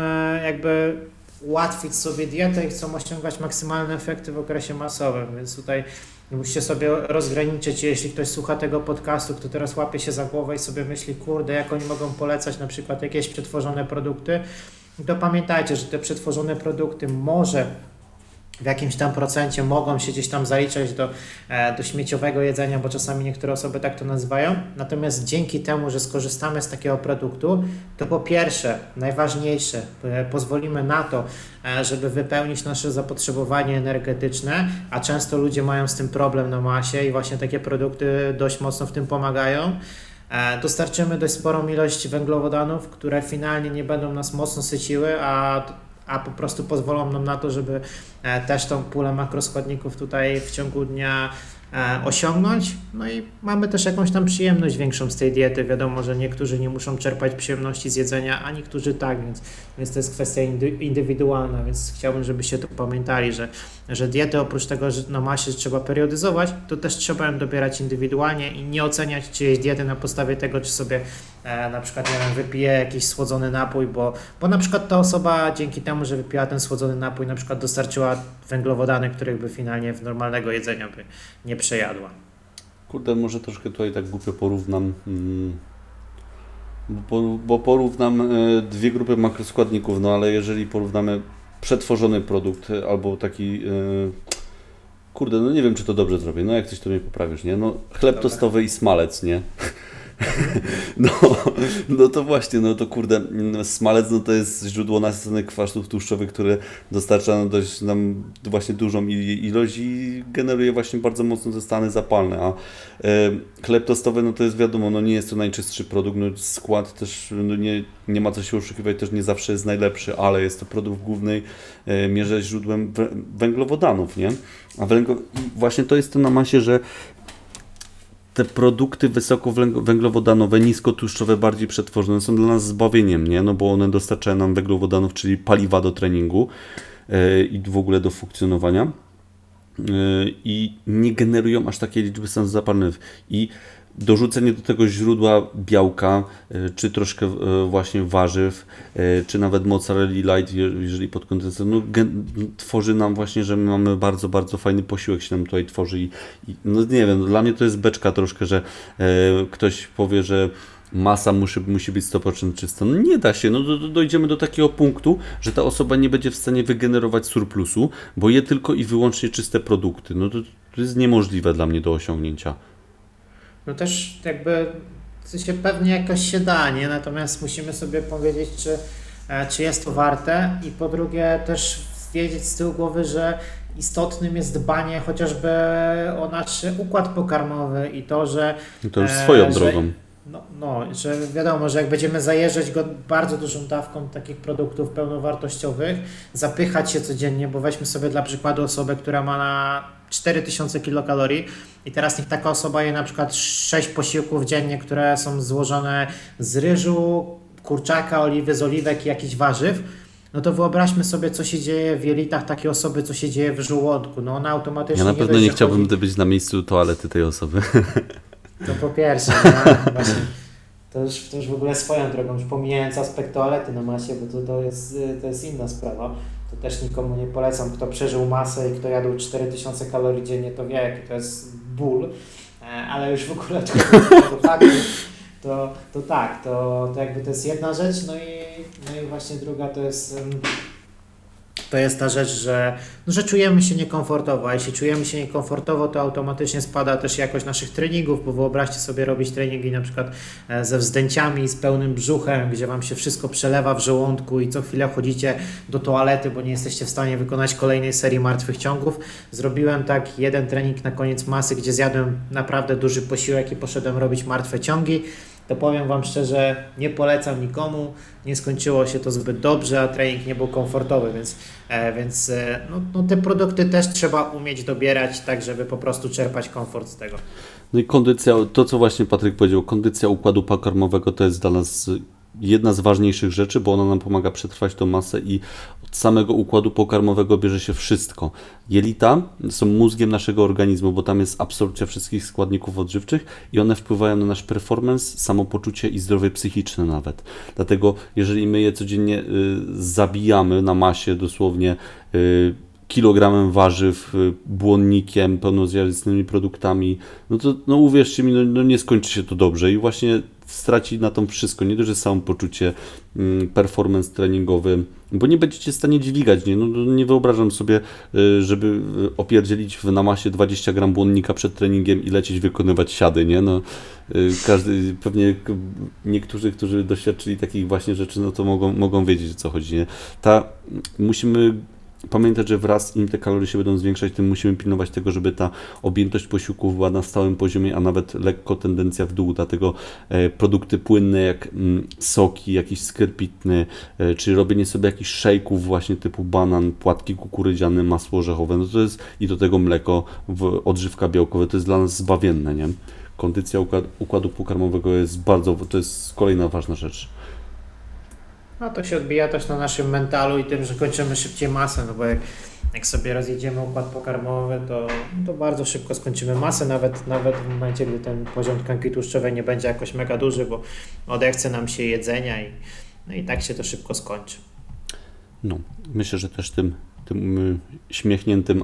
jakby ułatwić sobie dietę i chcą osiągać maksymalne efekty w okresie masowym, więc tutaj musicie sobie rozgraniczyć, jeśli ktoś słucha tego podcastu, kto teraz łapie się za głowę i sobie myśli, kurde, jak oni mogą polecać na przykład jakieś przetworzone produkty, to pamiętajcie, że te przetworzone produkty może w jakimś tam procencie mogą się gdzieś tam zaliczać do śmieciowego jedzenia, bo czasami niektóre osoby tak to nazywają. Natomiast dzięki temu, że skorzystamy z takiego produktu, to po pierwsze, najważniejsze, pozwolimy na to, żeby wypełnić nasze zapotrzebowanie energetyczne, a często ludzie mają z tym problem na masie i właśnie takie produkty dość mocno w tym pomagają. Dostarczymy dość sporą ilość węglowodanów, które finalnie nie będą nas mocno syciły, a po prostu pozwolą nam na to, żeby też tą pulę makroskładników tutaj w ciągu dnia osiągnąć. No i mamy też jakąś tam przyjemność większą z tej diety. Wiadomo, że niektórzy nie muszą czerpać przyjemności z jedzenia, a niektórzy tak, więc to jest kwestia indywidualna, więc chciałbym, żebyście to pamiętali, że dietę oprócz tego, że na masie trzeba periodyzować, to też trzeba ją dobierać indywidualnie i nie oceniać czyjejś diety na podstawie tego, czy sobie na przykład nie wiem, wypije jakiś słodzony napój, bo na przykład ta osoba dzięki temu, że wypiła ten słodzony napój, na przykład dostarczyła węglowodany, których by finalnie w normalnego jedzenia by nie przejadła. Kurde, może troszkę tutaj tak głupio porównam, bo porównam dwie grupy makroskładników, no ale jeżeli porównamy przetworzony produkt albo taki, kurde, no nie wiem, czy to dobrze zrobię, no jak coś to mnie poprawisz, nie? No chleb tostowy i smalec, nie? No to właśnie, no to kurde, smalec no to jest źródło nasyconych kwasów tłuszczowych, które dostarcza nam właśnie dużą ilość i generuje właśnie bardzo mocno te stany zapalne, a chleb tostowy no to jest wiadomo, no nie jest to najczystszy produkt, no skład też no nie ma co się oszukiwać, też nie zawsze jest najlepszy, ale jest to produkt w głównej mierze źródłem węglowodanów, nie? I właśnie to jest to na masie, że te produkty wysokowęglowodanowe, niskotłuszczowe, bardziej przetworzone są dla nas zbawieniem, nie? No bo one dostarczają nam węglowodanów, czyli paliwa do treningu i w ogóle do funkcjonowania i nie generują aż takiej liczby stanów zapalnych. I dorzucenie do tego źródła białka, czy troszkę właśnie warzyw, czy nawet mozzarelli light, jeżeli pod kątem no, tworzy nam właśnie, że my mamy bardzo, bardzo fajny posiłek się nam tutaj tworzy i no nie wiem, dla mnie to jest beczka troszkę, że ktoś powie, że masa musi być 100% czysta. No nie da się, no dojdziemy do takiego punktu, że ta osoba nie będzie w stanie wygenerować surplusu, bo je tylko i wyłącznie czyste produkty. No to jest niemożliwe dla mnie do osiągnięcia. No też jakby się pewnie jakoś się da, nie? Natomiast musimy sobie powiedzieć, czy jest to warte i po drugie też wiedzieć z tyłu głowy, że istotnym jest dbanie chociażby o nasz układ pokarmowy i to, że... To już swoją drogą. Że wiadomo, że jak będziemy zajeżdżać go bardzo dużą dawką takich produktów pełnowartościowych, zapychać się codziennie, bo weźmy sobie dla przykładu osobę, która ma na 4000 kilokalorii i teraz niech taka osoba je na przykład 6 posiłków dziennie, które są złożone z ryżu, kurczaka, oliwy, z oliwek i jakichś warzyw, no to wyobraźmy sobie, co się dzieje w jelitach takiej osoby, co się dzieje w żołądku. No ona automatycznie... Ja na pewno nie chciałbym być na miejscu toalety tej osoby. To po pierwsze, właśnie, to już w ogóle swoją drogą, już pomijając aspekt toalety na masie, bo to jest inna sprawa. To też nikomu nie polecam, kto przeżył masę i kto jadł 4000 kalorii dziennie, to wie, jaki to jest ból, ale już w ogóle tego faktu, to jakby to jest jedna rzecz, no i właśnie druga to jest to jest ta rzecz, że czujemy się niekomfortowo, a jeśli czujemy się niekomfortowo, to automatycznie spada też jakość naszych treningów, bo wyobraźcie sobie robić treningi na przykład ze wzdęciami, z pełnym brzuchem, gdzie Wam się wszystko przelewa w żołądku i co chwilę chodzicie do toalety, bo nie jesteście w stanie wykonać kolejnej serii martwych ciągów. Zrobiłem tak jeden trening na koniec masy, gdzie zjadłem naprawdę duży posiłek i poszedłem robić martwe ciągi. To powiem Wam szczerze, nie polecam nikomu, nie skończyło się to zbyt dobrze, a trening nie był komfortowy, więc te produkty też trzeba umieć dobierać tak, żeby po prostu czerpać komfort z tego. No i kondycja, to co właśnie Patryk powiedział, kondycja układu pokarmowego to jest dla nas jedna z ważniejszych rzeczy, bo ona nam pomaga przetrwać tą masę i od samego układu pokarmowego bierze się wszystko. Jelita są mózgiem naszego organizmu, bo tam jest absorpcja wszystkich składników odżywczych i one wpływają na nasz performance, samopoczucie i zdrowie psychiczne nawet. Dlatego jeżeli my je codziennie zabijamy na masie dosłownie kilogramem warzyw, błonnikiem, pełnoziarnistycznymi produktami, no to uwierzcie mi, nie skończy się to dobrze i właśnie straci na tym wszystko, nie dość, że samopoczucie, performance treningowy, bo nie będziecie w stanie dźwigać, nie? Nie wyobrażam sobie, żeby opierdzielić na masie 20 gram błonnika przed treningiem i lecieć wykonywać siady, nie? Każdy, pewnie niektórzy, którzy doświadczyli takich właśnie rzeczy, no to mogą wiedzieć, o co chodzi, nie? Musimy pamiętać, że wraz im te kalorie się będą zwiększać, tym musimy pilnować tego, żeby ta objętość posiłków była na stałym poziomie, a nawet lekko tendencja w dół. Dlatego produkty płynne jak soki, jakiś skyr pitny, czy robienie sobie jakichś szejków właśnie typu banan, płatki kukurydziane, masło orzechowe, no to jest i do tego mleko, odżywka białkowa, to jest dla nas zbawienne, nie? Kondycja układu pokarmowego to jest kolejna ważna rzecz. No to się odbija też na naszym mentalu i tym, że kończymy szybciej masę, no bo jak sobie rozjedziemy układ pokarmowy, to bardzo szybko skończymy masę, nawet w momencie, gdy ten poziom tkanki tłuszczowej nie będzie jakoś mega duży, bo odechce nam się jedzenia i tak się to szybko skończy. No, myślę, że też tym śmiechniętym,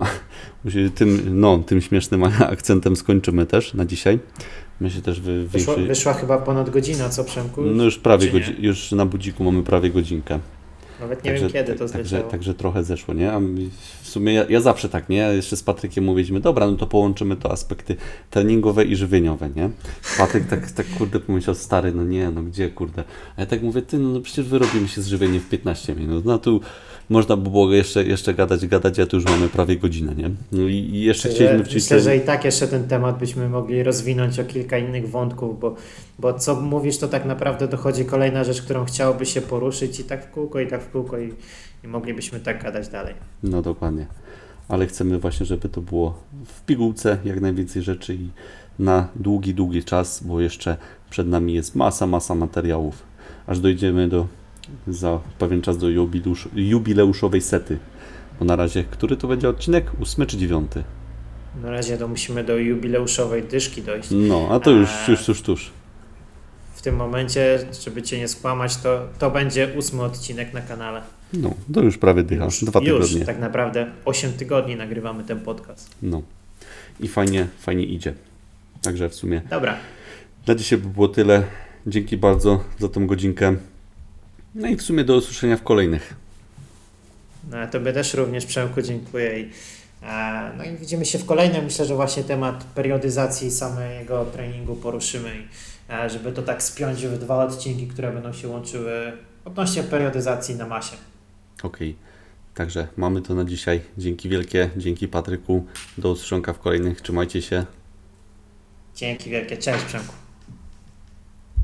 tym śmiesznym akcentem skończymy też na dzisiaj. Myślę też Wyszła chyba ponad godzina, co Przemku? No już prawie już na budziku mamy prawie godzinkę. Nawet nie wiem kiedy to zleciało. Także trochę zeszło, nie? A w sumie ja zawsze tak, nie? Jeszcze z Patrykiem mówiliśmy, dobra, no to połączymy to aspekty treningowe i żywieniowe, nie? Patryk tak kurde pomyślał, stary, gdzie kurde? A ja tak mówię, przecież wyrobimy się z żywieniem w 15 minut, no tu można by było jeszcze gadać, a tu już mamy prawie godzinę, nie? No i jeszcze chcieliśmy Myślę, że i tak jeszcze ten temat byśmy mogli rozwinąć o kilka innych wątków, bo co mówisz, to tak naprawdę dochodzi kolejna rzecz, którą chciałoby się poruszyć i tak w kółko i moglibyśmy tak gadać dalej. No dokładnie. Ale chcemy właśnie, żeby to było w pigułce jak najwięcej rzeczy i na długi czas, bo jeszcze przed nami jest masa materiałów, aż dojdziemy za pewien czas do jubileuszowej sety. Bo na razie, który to będzie odcinek? 8 czy 9? Na razie to musimy do jubileuszowej dyszki dojść. No, a to już tuż. W tym momencie, żeby Cię nie skłamać, to będzie 8 odcinek na kanale. No, to już prawie dycha. 2 tygodnie. Już tak naprawdę 8 tygodni nagrywamy ten podcast. No i fajnie idzie. Także w sumie dobra. Na dzisiaj by było tyle. Dzięki bardzo za tą godzinkę. No i w sumie do usłyszenia w kolejnych. No, Tobie też również, Przemku, dziękuję. No i widzimy się w kolejnym. Myślę, że właśnie temat periodyzacji samego treningu poruszymy, żeby to tak spiąć w 2 odcinki, które będą się łączyły odnośnie periodyzacji na masie. Okej. Także mamy to na dzisiaj. Dzięki wielkie. Dzięki Patryku. Do usłyszonka w kolejnych. Trzymajcie się. Dzięki wielkie. Cześć, Przemku.